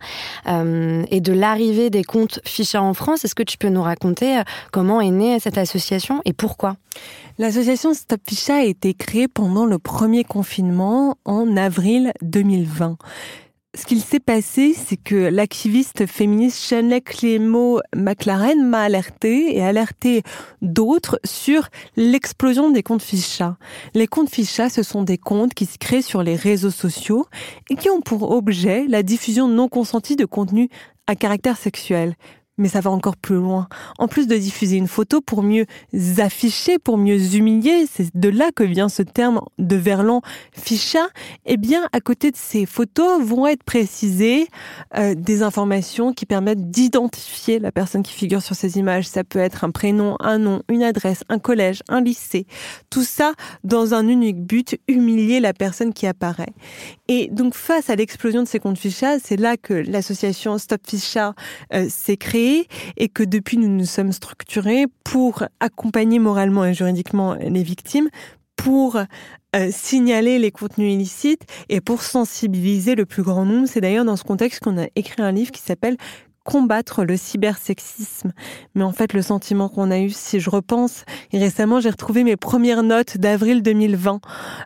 et de l'arrivée des comptes Ficha en France. Est-ce que tu peux nous raconter comment est née cette association et pourquoi ? L'association Stop Ficha a été créée pendant le premier confinement en avril 2020. Ce qu'il s'est passé, c'est que l'activiste féministe Shanley Clément-McLaren m'a alertée et alerté d'autres sur l'explosion des comptes Ficha. Les comptes Ficha, ce sont des comptes qui se créent sur les réseaux sociaux et qui ont pour objet la diffusion non consentie de contenu à caractère sexuel. Mais ça va encore plus loin. En plus de diffuser une photo pour mieux afficher, pour mieux humilier, c'est de là que vient ce terme de verlan ficha, eh bien, à côté de ces photos vont être précisées des informations qui permettent d'identifier la personne qui figure sur ces images. Ça peut être un prénom, un nom, une adresse, un collège, un lycée. Tout ça dans un unique but, humilier la personne qui apparaît. Et donc, face à l'explosion de ces comptes ficha, c'est là que l'association Stop Ficha s'est créée et que depuis nous nous sommes structurés pour accompagner moralement et juridiquement les victimes, pour signaler les contenus illicites et pour sensibiliser le plus grand nombre. C'est d'ailleurs dans ce contexte qu'on a écrit un livre qui s'appelle Combattre le cybersexisme. Mais en fait, le sentiment qu'on a eu, si je repense, et récemment, j'ai retrouvé mes premières notes d'avril 2020,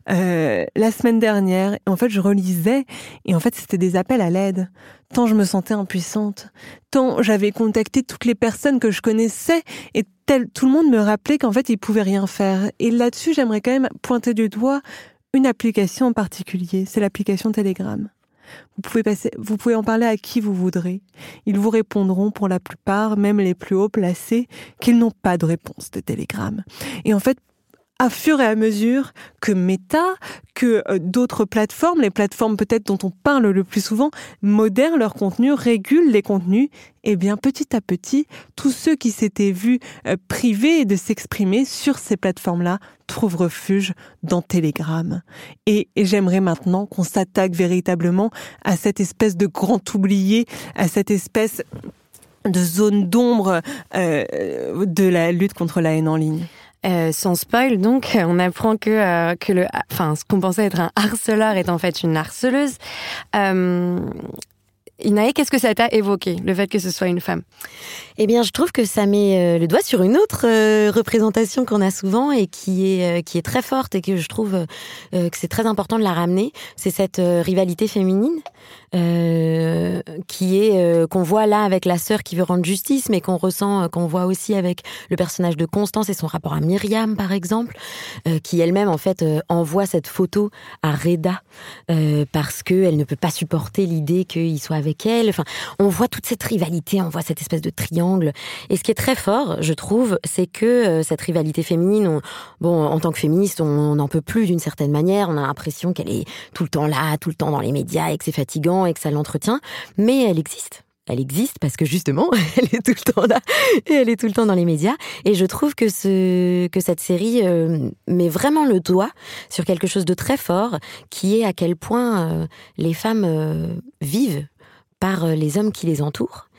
la semaine dernière. Et en fait, je relisais, et en fait, c'était des appels à l'aide. Tant je me sentais impuissante, tant j'avais contacté toutes les personnes que je connaissais, et tout le monde me rappelait qu'en fait, ils pouvaient rien faire. Et là-dessus, j'aimerais quand même pointer du doigt une application en particulier, c'est l'application Telegram. Vous pouvez en parler à qui vous voudrez. Ils vous répondront pour la plupart, même les plus haut placés, qu'ils n'ont pas de réponse de Telegram. Et en fait, à fur et à mesure que Meta, que d'autres plateformes, les plateformes peut-être dont on parle le plus souvent, modèrent leur contenu, régulent les contenus, et bien petit à petit, tous ceux qui s'étaient vus privés de s'exprimer sur ces plateformes-là trouvent refuge dans Telegram. Et j'aimerais maintenant qu'on s'attaque véritablement à cette espèce de grand oublié, à cette espèce de zone d'ombre de la lutte contre la haine en ligne. Sans spoil, donc, on apprend que ce qu'on pensait être un harceleur est en fait une harceleuse. Inaë, qu'est-ce que ça t'a évoqué, le fait que ce soit une femme ? Eh bien, je trouve que ça met le doigt sur une autre représentation qu'on a souvent et qui est très forte et que je trouve que c'est très important de la ramener. C'est cette rivalité féminine qui est qu'on voit là avec la sœur qui veut rendre justice, mais qu'on voit aussi avec le personnage de Constance et son rapport à Myriam, par exemple, qui elle-même en fait envoie cette photo à Reda parce que elle ne peut pas supporter l'idée qu'il soit avec elle. Enfin, on voit toute cette rivalité, on voit cette espèce de triangle. Et ce qui est très fort, je trouve, c'est que cette rivalité féminine, en tant que féministe, on n'en peut plus d'une certaine manière. On a l'impression qu'elle est tout le temps là, tout le temps dans les médias, et que c'est fatigant et que ça l'entretient. Mais elle existe. Elle existe parce que justement, elle est tout le temps là et elle est tout le temps dans les médias. Et je trouve que cette série met vraiment le doigt sur quelque chose de très fort, qui est à quel point les femmes vivent par les hommes qui les entourent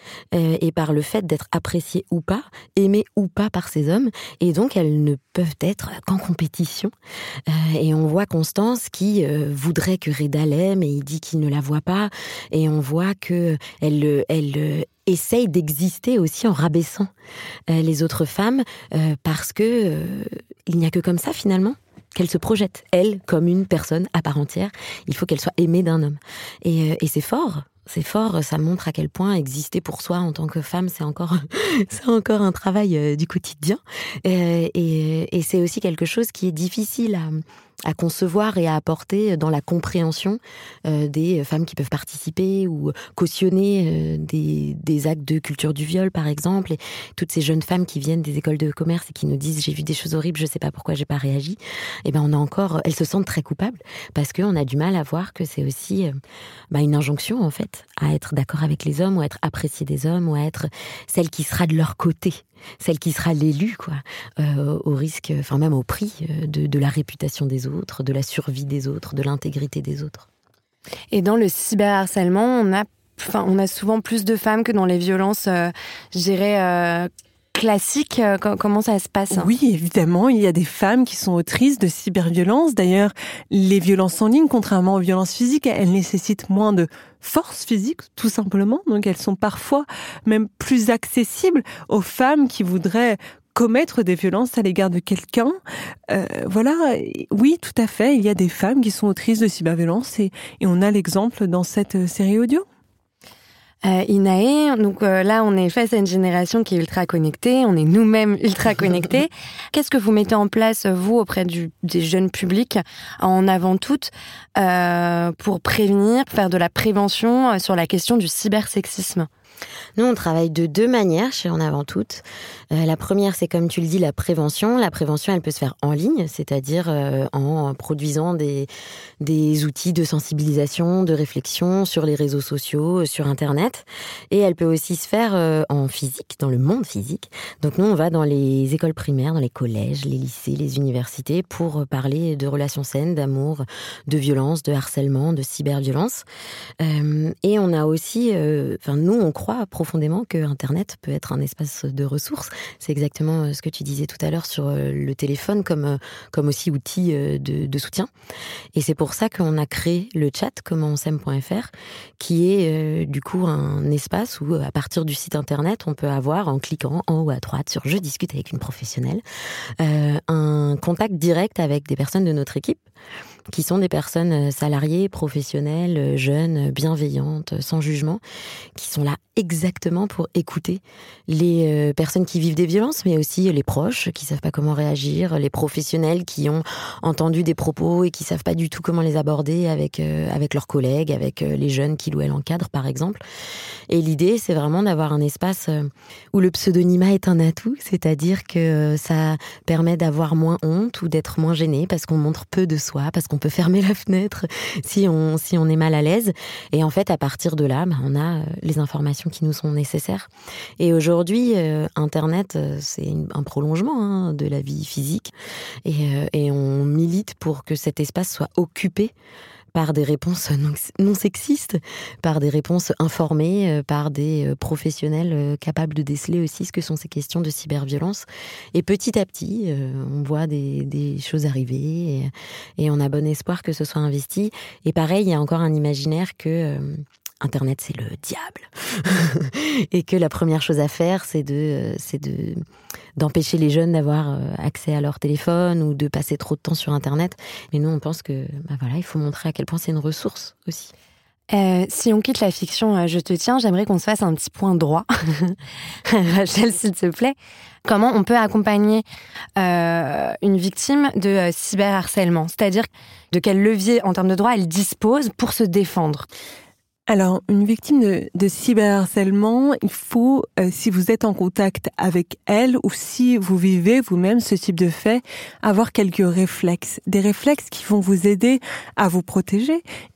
et par le fait d'être appréciées ou pas, aimées ou pas par ces hommes. Et donc, elles ne peuvent être qu'en compétition. Et on voit Constance qui voudrait que Reda l'aime et il dit qu'il ne la voit pas. Et on voit qu'elle essaye d'exister aussi en rabaissant les autres femmes parce que il n'y a que comme ça finalement qu'elle se projette, elle, comme une personne à part entière. Il faut qu'elle soit aimée d'un homme. Et c'est fort. C'est fort, ça montre à quel point exister pour soi en tant que femme, c'est encore un travail du quotidien. Et c'est aussi quelque chose qui est difficile à concevoir et à apporter dans la compréhension des femmes qui peuvent participer ou cautionner des actes de culture du viol, par exemple. Et toutes ces jeunes femmes qui viennent des écoles de commerce et qui nous disent « j'ai vu des choses horribles, je sais pas pourquoi j'ai pas réagi ». Et ben elles se sentent très coupables parce qu'on a du mal à voir que c'est aussi une injonction en fait à être d'accord avec les hommes ou à être appréciée des hommes ou à être celle qui sera de leur côté. Celle qui sera l'élue, quoi, au risque, enfin même au prix de la réputation des autres, de la survie des autres, de l'intégrité des autres. Et dans le cyberharcèlement, on a souvent plus de femmes que dans les violences, je dirais, classiques. Comment ça se passe ? Oui, évidemment, il y a des femmes qui sont autrices de cyberviolences. D'ailleurs, les violences en ligne, contrairement aux violences physiques, elles nécessitent moins de force physique, tout simplement. Donc, elles sont parfois même plus accessibles aux femmes qui voudraient commettre des violences à l'égard de quelqu'un. Voilà, oui, tout à fait. Il y a des femmes qui sont autrices de cyberviolences et on a l'exemple dans cette série audio. Inaë, donc là on est face à une génération qui est ultra connectée, on est nous-mêmes ultra connectés. Qu'est-ce que vous mettez en place, vous, auprès des jeunes publics, en avant toute, pour prévenir, faire de la prévention sur la question du cybersexisme ? Nous, on travaille de deux manières chez En Avant Toutes. La première, c'est comme tu le dis, la prévention. La prévention, elle peut se faire en ligne, c'est-à-dire en produisant des outils de sensibilisation, de réflexion sur les réseaux sociaux, sur Internet. Et elle peut aussi se faire en physique, dans le monde physique. Donc nous, on va dans les écoles primaires, dans les collèges, les lycées, les universités, pour parler de relations saines, d'amour, de violence, de harcèlement, de cyberviolence. Et on a aussi... nous, on croit profondément que Internet peut être un espace de ressources. C'est exactement ce que tu disais tout à l'heure sur le téléphone comme aussi outil de soutien. Et c'est pour ça qu'on a créé le chat commentonsaime.fr qui est du coup un espace où à partir du site Internet, on peut avoir, en cliquant en haut à droite sur « Je discute avec une professionnelle », un contact direct avec des personnes de notre équipe qui sont des personnes salariées, professionnelles, jeunes, bienveillantes, sans jugement, qui sont là exactement pour écouter les personnes qui vivent des violences, mais aussi les proches qui savent pas comment réagir, les professionnels qui ont entendu des propos et qui savent pas du tout comment les aborder avec leurs collègues, avec les jeunes qu'ils ou elles encadrent, par exemple. Et l'idée, c'est vraiment d'avoir un espace où le pseudonymat est un atout, c'est-à-dire que ça permet d'avoir moins honte ou d'être moins gêné parce qu'on montre peu de soi, parce qu'on peut fermer la fenêtre si on est mal à l'aise. Et en fait, à partir de là, on a les informations qui nous sont nécessaires. Et aujourd'hui, Internet, c'est un prolongement de la vie physique. Et on milite pour que cet espace soit occupé par des réponses non sexistes, par des réponses informées, par des professionnels capables de déceler aussi ce que sont ces questions de cyberviolence. Et petit à petit, on voit des choses arriver et on a bon espoir que ce soit investi. Et pareil, il y a encore un imaginaire que Internet, c'est le diable. Et que la première chose à faire, c'est d'empêcher les jeunes d'avoir accès à leur téléphone ou de passer trop de temps sur Internet. Mais nous, on pense que, il faut montrer à quel point c'est une ressource aussi. Si on quitte la fiction Je te tiens, j'aimerais qu'on se fasse un petit point droit. Rachel, s'il te plaît. Comment on peut accompagner une victime de cyberharcèlement ? C'est-à-dire, de quel levier, en termes de droit, elle dispose pour se défendre ? Alors, une victime de cyberharcèlement, il faut, si vous êtes en contact avec elle ou si vous vivez vous-même ce type de fait, avoir quelques réflexes. Des réflexes qui vont vous aider à vous protéger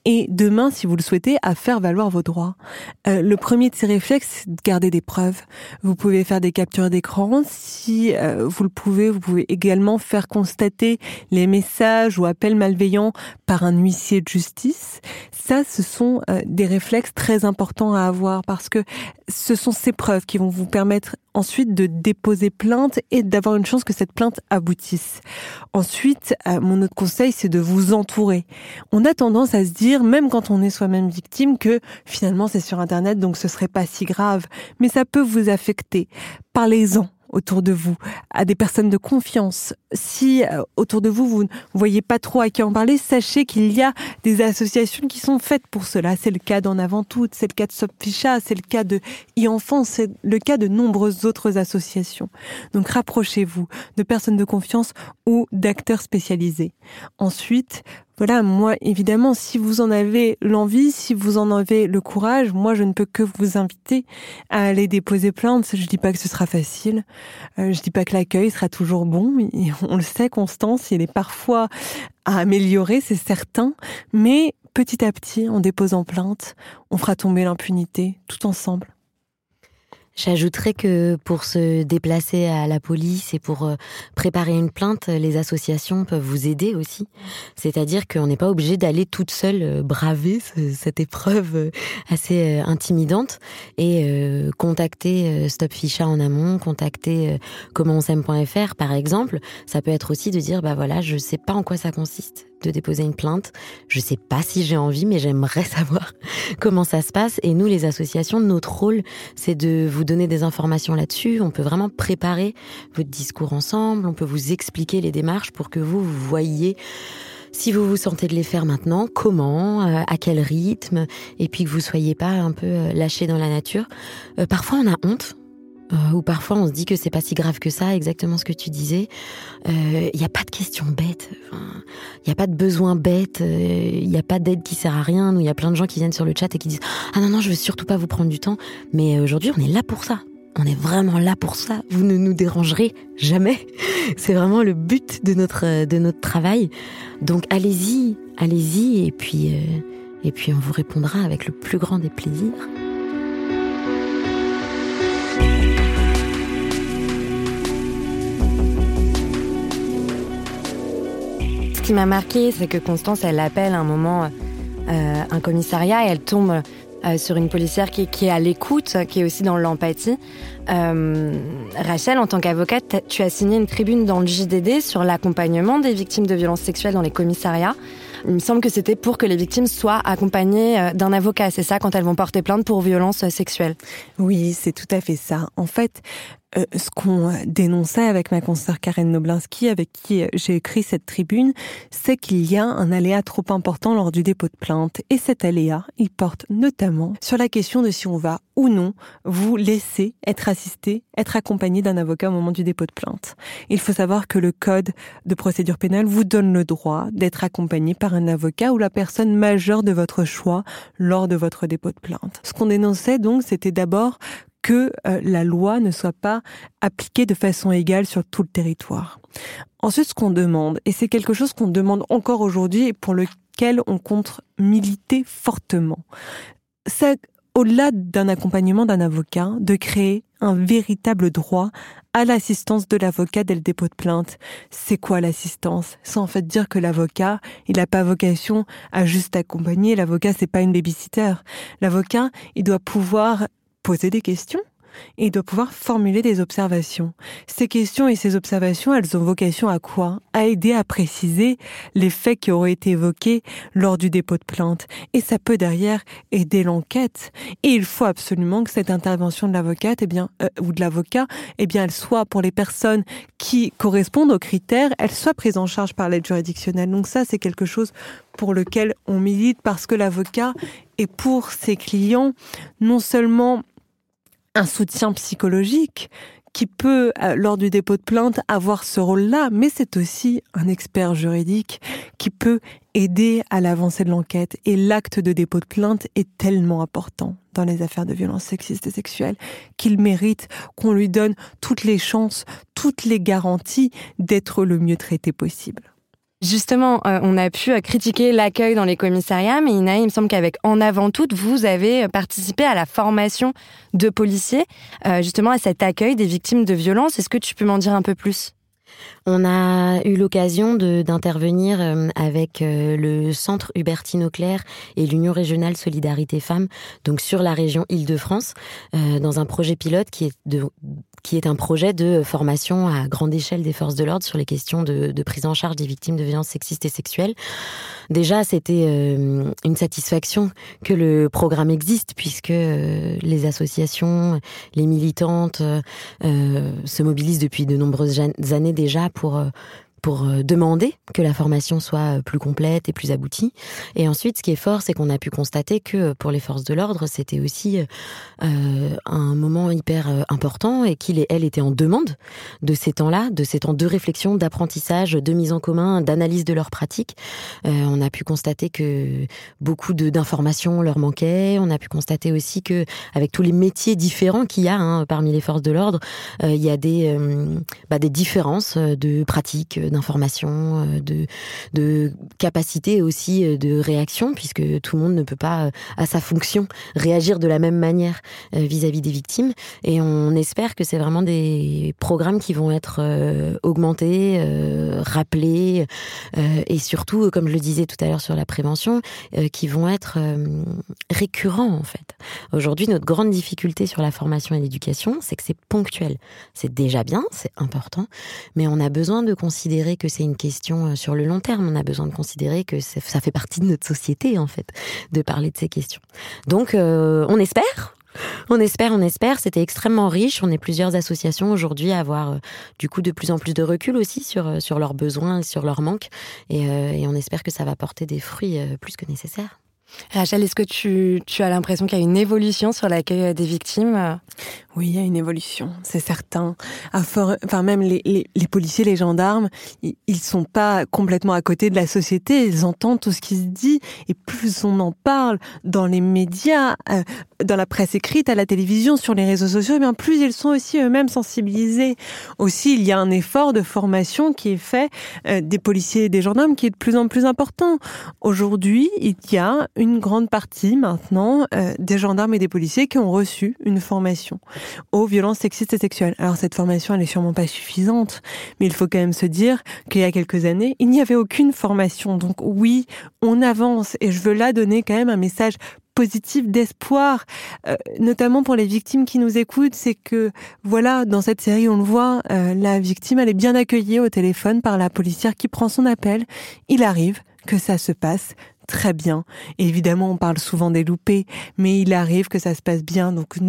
et demain, si vous le souhaitez, à faire valoir vos droits. Le premier de ces réflexes, c'est de garder des preuves. Vous pouvez faire des captures d'écran. Si vous le pouvez, vous pouvez également faire constater les messages ou appels malveillants par un huissier de justice. Ça, ce sont des réflexes très importants à avoir parce que ce sont ces preuves qui vont vous permettre ensuite de déposer plainte et d'avoir une chance que cette plainte aboutisse. Ensuite, mon autre conseil, c'est de vous entourer. On a tendance à se dire, même quand on est soi-même victime, que finalement c'est sur Internet, donc ce serait pas si grave. Mais ça peut vous affecter. Parlez-en autour de vous, à des personnes de confiance. Si autour de vous, vous ne voyez pas trop à qui en parler, sachez qu'il y a des associations qui sont faites pour cela. C'est le cas d'En Avant Toutes, c'est le cas de Stop Ficha, c'est le cas de e-Enfants, c'est le cas de nombreuses autres associations. Donc rapprochez-vous de personnes de confiance ou d'acteurs spécialisés. Ensuite, voilà, moi, évidemment, si vous en avez l'envie, si vous en avez le courage, moi, je ne peux que vous inviter à aller déposer plainte. Je dis pas que ce sera facile. Je dis pas que l'accueil sera toujours bon. On le sait, Constance, il est parfois à améliorer, c'est certain. Mais petit à petit, en déposant plainte, on fera tomber l'impunité tout ensemble. J'ajouterais que pour se déplacer à la police et pour préparer une plainte, les associations peuvent vous aider aussi. C'est-à-dire qu'on n'est pas obligé d'aller toute seule braver cette épreuve assez intimidante et contacter Stop Ficha en amont, contacter commentonsaime.fr par exemple. Ça peut être aussi de dire, bah voilà, je sais pas en quoi ça consiste de déposer une plainte. Je sais pas si j'ai envie, mais j'aimerais savoir comment ça se passe. Et nous, les associations, notre rôle, c'est de vous donner des informations là-dessus. On peut vraiment préparer votre discours ensemble. On peut vous expliquer les démarches pour que vous voyiez si vous vous sentez de les faire maintenant, comment, à quel rythme, et puis que vous soyez pas un peu lâchés dans la nature. Parfois, on a honte. Ou parfois on se dit que c'est pas si grave que ça, exactement ce que tu disais. Y a pas de questions bêtes, y a pas de besoin bête, y a pas d'aide qui sert à rien. Nous, y a plein de gens qui viennent sur le chat et qui disent « Ah non, je veux surtout pas vous prendre du temps. » Mais aujourd'hui, on est là pour ça. On est vraiment là pour ça. Vous ne nous dérangerez jamais. C'est vraiment le but de notre travail. Donc allez-y, et puis on vous répondra avec le plus grand des plaisirs. Ce qui m'a marqué, c'est que Constance, elle appelle à un moment un commissariat et elle tombe sur une policière qui est à l'écoute, qui est aussi dans l'empathie. Rachel, en tant qu'avocate, tu as signé une tribune dans le JDD sur l'accompagnement des victimes de violences sexuelles dans les commissariats. Il me semble que c'était pour que les victimes soient accompagnées d'un avocat, c'est ça, quand elles vont porter plainte pour violences sexuelles? Oui, c'est tout à fait ça. En fait, ce qu'on dénonçait avec ma consoeur Karen Noblinski, avec qui j'ai écrit cette tribune, c'est qu'il y a un aléa trop important lors du dépôt de plainte. Et cet aléa, il porte notamment sur la question de si on va ou non vous laisser être assisté, être accompagné d'un avocat au moment du dépôt de plainte. Il faut savoir que le Code de procédure pénale vous donne le droit d'être accompagné par un avocat ou la personne majeure de votre choix lors de votre dépôt de plainte. Ce qu'on dénonçait donc, c'était d'abord que la loi ne soit pas appliquée de façon égale sur tout le territoire. Ensuite, ce qu'on demande, et c'est quelque chose qu'on demande encore aujourd'hui et pour lequel on compte militer fortement, c'est, au-delà d'un accompagnement d'un avocat, de créer un véritable droit à l'assistance de l'avocat dès le dépôt de plainte. C'est quoi l'assistance? C'est en fait dire que l'avocat, il n'a pas vocation à juste accompagner. L'avocat, c'est pas une babysitter. L'avocat, il doit pouvoir poser des questions et il doit pouvoir formuler des observations. Ces questions et ces observations, elles ont vocation à quoi? À aider à préciser les faits qui auraient été évoqués lors du dépôt de plainte. Et ça peut derrière aider l'enquête. Et il faut absolument que cette intervention de l'avocate, ou de l'avocat, elle soit pour les personnes qui correspondent aux critères, elle soit prise en charge par l'aide juridictionnelle. Donc ça, c'est quelque chose pour lequel on milite parce que l'avocat est pour ses clients non seulement un soutien psychologique qui peut, lors du dépôt de plainte, avoir ce rôle-là, mais c'est aussi un expert juridique qui peut aider à l'avancée de l'enquête. Et l'acte de dépôt de plainte est tellement important dans les affaires de violences sexistes et sexuelles qu'il mérite qu'on lui donne toutes les chances, toutes les garanties d'être le mieux traité possible. Justement, on a pu critiquer l'accueil dans les commissariats, mais Inaë, il me semble qu'avec En avant toutes, vous avez participé à la formation de policiers, justement à cet accueil des victimes de violences. Est-ce que tu peux m'en dire un peu plus ? On a eu l'occasion d'intervenir avec le Centre Hubertine Auclair et l'Union régionale Solidarité Femmes, donc sur la région Île-de-France, dans un projet pilote qui est un projet de formation à grande échelle des forces de l'ordre sur les questions de prise en charge des victimes de violences sexistes et sexuelles. Déjà, c'était une satisfaction que le programme existe, puisque les associations, les militantes se mobilisent depuis de nombreuses années déjà pour demander que la formation soit plus complète et plus aboutie. Et ensuite, ce qui est fort, c'est qu'on a pu constater que pour les forces de l'ordre, c'était aussi un moment hyper important et elles étaient en demande de ces temps-là, de ces temps de réflexion, d'apprentissage, de mise en commun, d'analyse de leurs pratiques. On a pu constater que beaucoup d'informations leur manquaient. On a pu constater aussi que, avec tous les métiers différents qu'il y a parmi les forces de l'ordre, il y a des différences de pratiques, d'information, de capacité aussi de réaction, puisque tout le monde ne peut pas, à sa fonction, réagir de la même manière vis-à-vis des victimes. Et on espère que c'est vraiment des programmes qui vont être augmentés, rappelés, et surtout, comme je le disais tout à l'heure sur la prévention, qui vont être récurrents, en fait. Aujourd'hui, notre grande difficulté sur la formation et l'éducation, c'est que c'est ponctuel. C'est déjà bien, c'est important, mais on a besoin de considérer que c'est une question sur le long terme. On a besoin de considérer que ça fait partie de notre société, en fait, de parler de ces questions. Donc, on espère. C'était extrêmement riche. On est plusieurs associations aujourd'hui à avoir, du coup, de plus en plus de recul aussi sur leurs besoins, sur leurs manques. Et on espère que ça va porter des fruits plus que nécessaires. Rachel, est-ce que tu as l'impression qu'il y a une évolution sur l'accueil des victimes ? Oui, il y a une évolution, c'est certain. Même les policiers, les gendarmes, ils sont pas complètement à côté de la société. Ils entendent tout ce qui se dit. Et plus on en parle dans les médias, dans la presse écrite, à la télévision, sur les réseaux sociaux, eh bien plus ils sont aussi eux-mêmes sensibilisés. Aussi, il y a un effort de formation qui est fait des policiers et des gendarmes qui est de plus en plus important. Aujourd'hui, il y a une grande partie maintenant des gendarmes et des policiers qui ont reçu une formation aux violences sexistes et sexuelles. Alors cette formation, elle est sûrement pas suffisante, mais il faut quand même se dire qu'il y a quelques années, il n'y avait aucune formation. Donc oui, on avance et je veux là donner quand même un message positif d'espoir, notamment pour les victimes qui nous écoutent, c'est que, voilà, dans cette série, on le voit, la victime, elle est bien accueillie au téléphone par la policière qui prend son appel. Il arrive que ça se passe très bien. Et évidemment, on parle souvent des loupés, mais il arrive que ça se passe bien. Donc,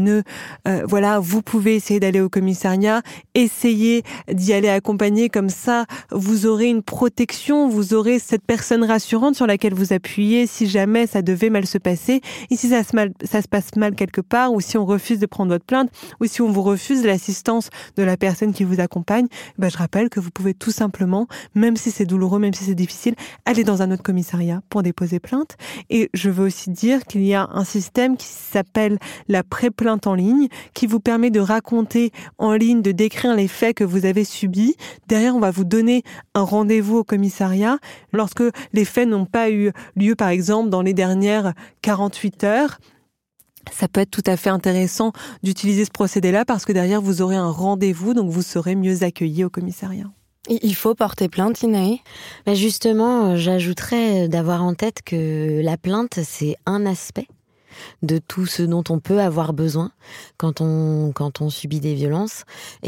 vous pouvez essayer d'aller au commissariat, essayez d'y aller accompagner, comme ça, vous aurez une protection, vous aurez cette personne rassurante sur laquelle vous appuyez si jamais ça devait mal se passer. Et si ça se passe mal quelque part, ou si on refuse de prendre votre plainte, ou si on vous refuse l'assistance de la personne qui vous accompagne, je rappelle que vous pouvez tout simplement, même si c'est douloureux, même si c'est difficile, aller dans un autre commissariat pour déposer plainte. Et je veux aussi dire qu'il y a un système qui s'appelle la pré-plainte en ligne, qui vous permet de raconter en ligne, de décrire les faits que vous avez subis. Derrière, on va vous donner un rendez-vous au commissariat lorsque les faits n'ont pas eu lieu, par exemple, dans les dernières 48 heures. Ça peut être tout à fait intéressant d'utiliser ce procédé-là parce que derrière, vous aurez un rendez-vous, donc vous serez mieux accueillis au commissariat. Il faut porter plainte, Inaë ? Justement, j'ajouterais d'avoir en tête que la plainte, c'est un aspect de tout ce dont on peut avoir besoin quand on subit des violences.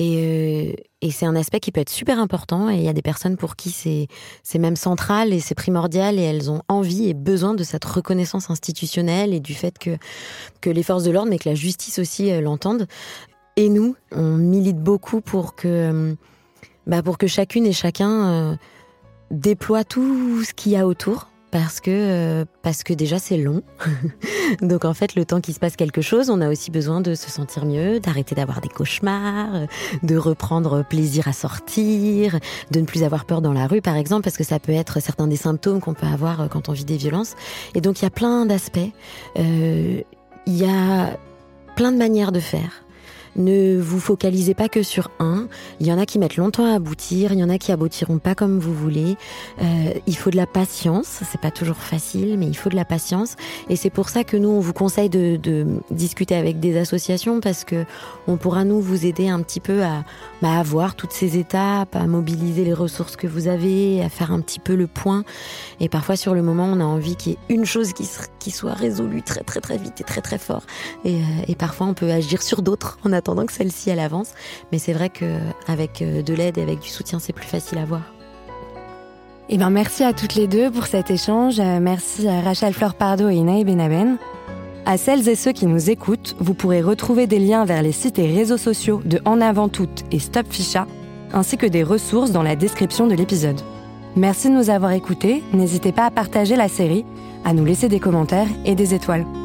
Et c'est un aspect qui peut être super important. Et il y a des personnes pour qui c'est même central et c'est primordial. Et elles ont envie et besoin de cette reconnaissance institutionnelle et du fait que les forces de l'ordre, mais que la justice aussi l'entendent. Et nous, on milite beaucoup pour que chacune et chacun déploie tout ce qu'il y a autour, parce que déjà c'est long. Donc en fait, le temps qu'il se passe quelque chose, on a aussi besoin de se sentir mieux, d'arrêter d'avoir des cauchemars, de reprendre plaisir à sortir, de ne plus avoir peur dans la rue par exemple, parce que ça peut être certains des symptômes qu'on peut avoir quand on vit des violences. Et donc il y a plein d'aspects, il y a plein de manières de faire. Ne vous focalisez pas que sur un. Il y en a qui mettent longtemps à aboutir, il y en a qui aboutiront pas comme vous voulez. Il faut de la patience, c'est pas toujours facile, mais il faut de la patience. Et c'est pour ça que nous, on vous conseille de discuter avec des associations, parce que on pourra nous vous aider un petit peu à voir toutes ces étapes, à mobiliser les ressources que vous avez, à faire un petit peu le point. Et parfois, sur le moment, on a envie qu'il y ait une chose qui soit résolue très très très vite et très très fort. Et parfois, on peut agir sur d'autres en attendant que celle-ci elle avance. Mais c'est vrai qu'avec de l'aide et avec du soutien, c'est plus facile à voir. Eh ben, merci à toutes les deux pour cet échange. Merci à Rachel Fleur-Pardo et Inaï Benaben. À celles et ceux qui nous écoutent, vous pourrez retrouver des liens vers les sites et réseaux sociaux de En Avant Toutes et Stop Ficha, ainsi que des ressources dans la description de l'épisode. Merci de nous avoir écoutés. N'hésitez pas à partager la série, à nous laisser des commentaires et des étoiles.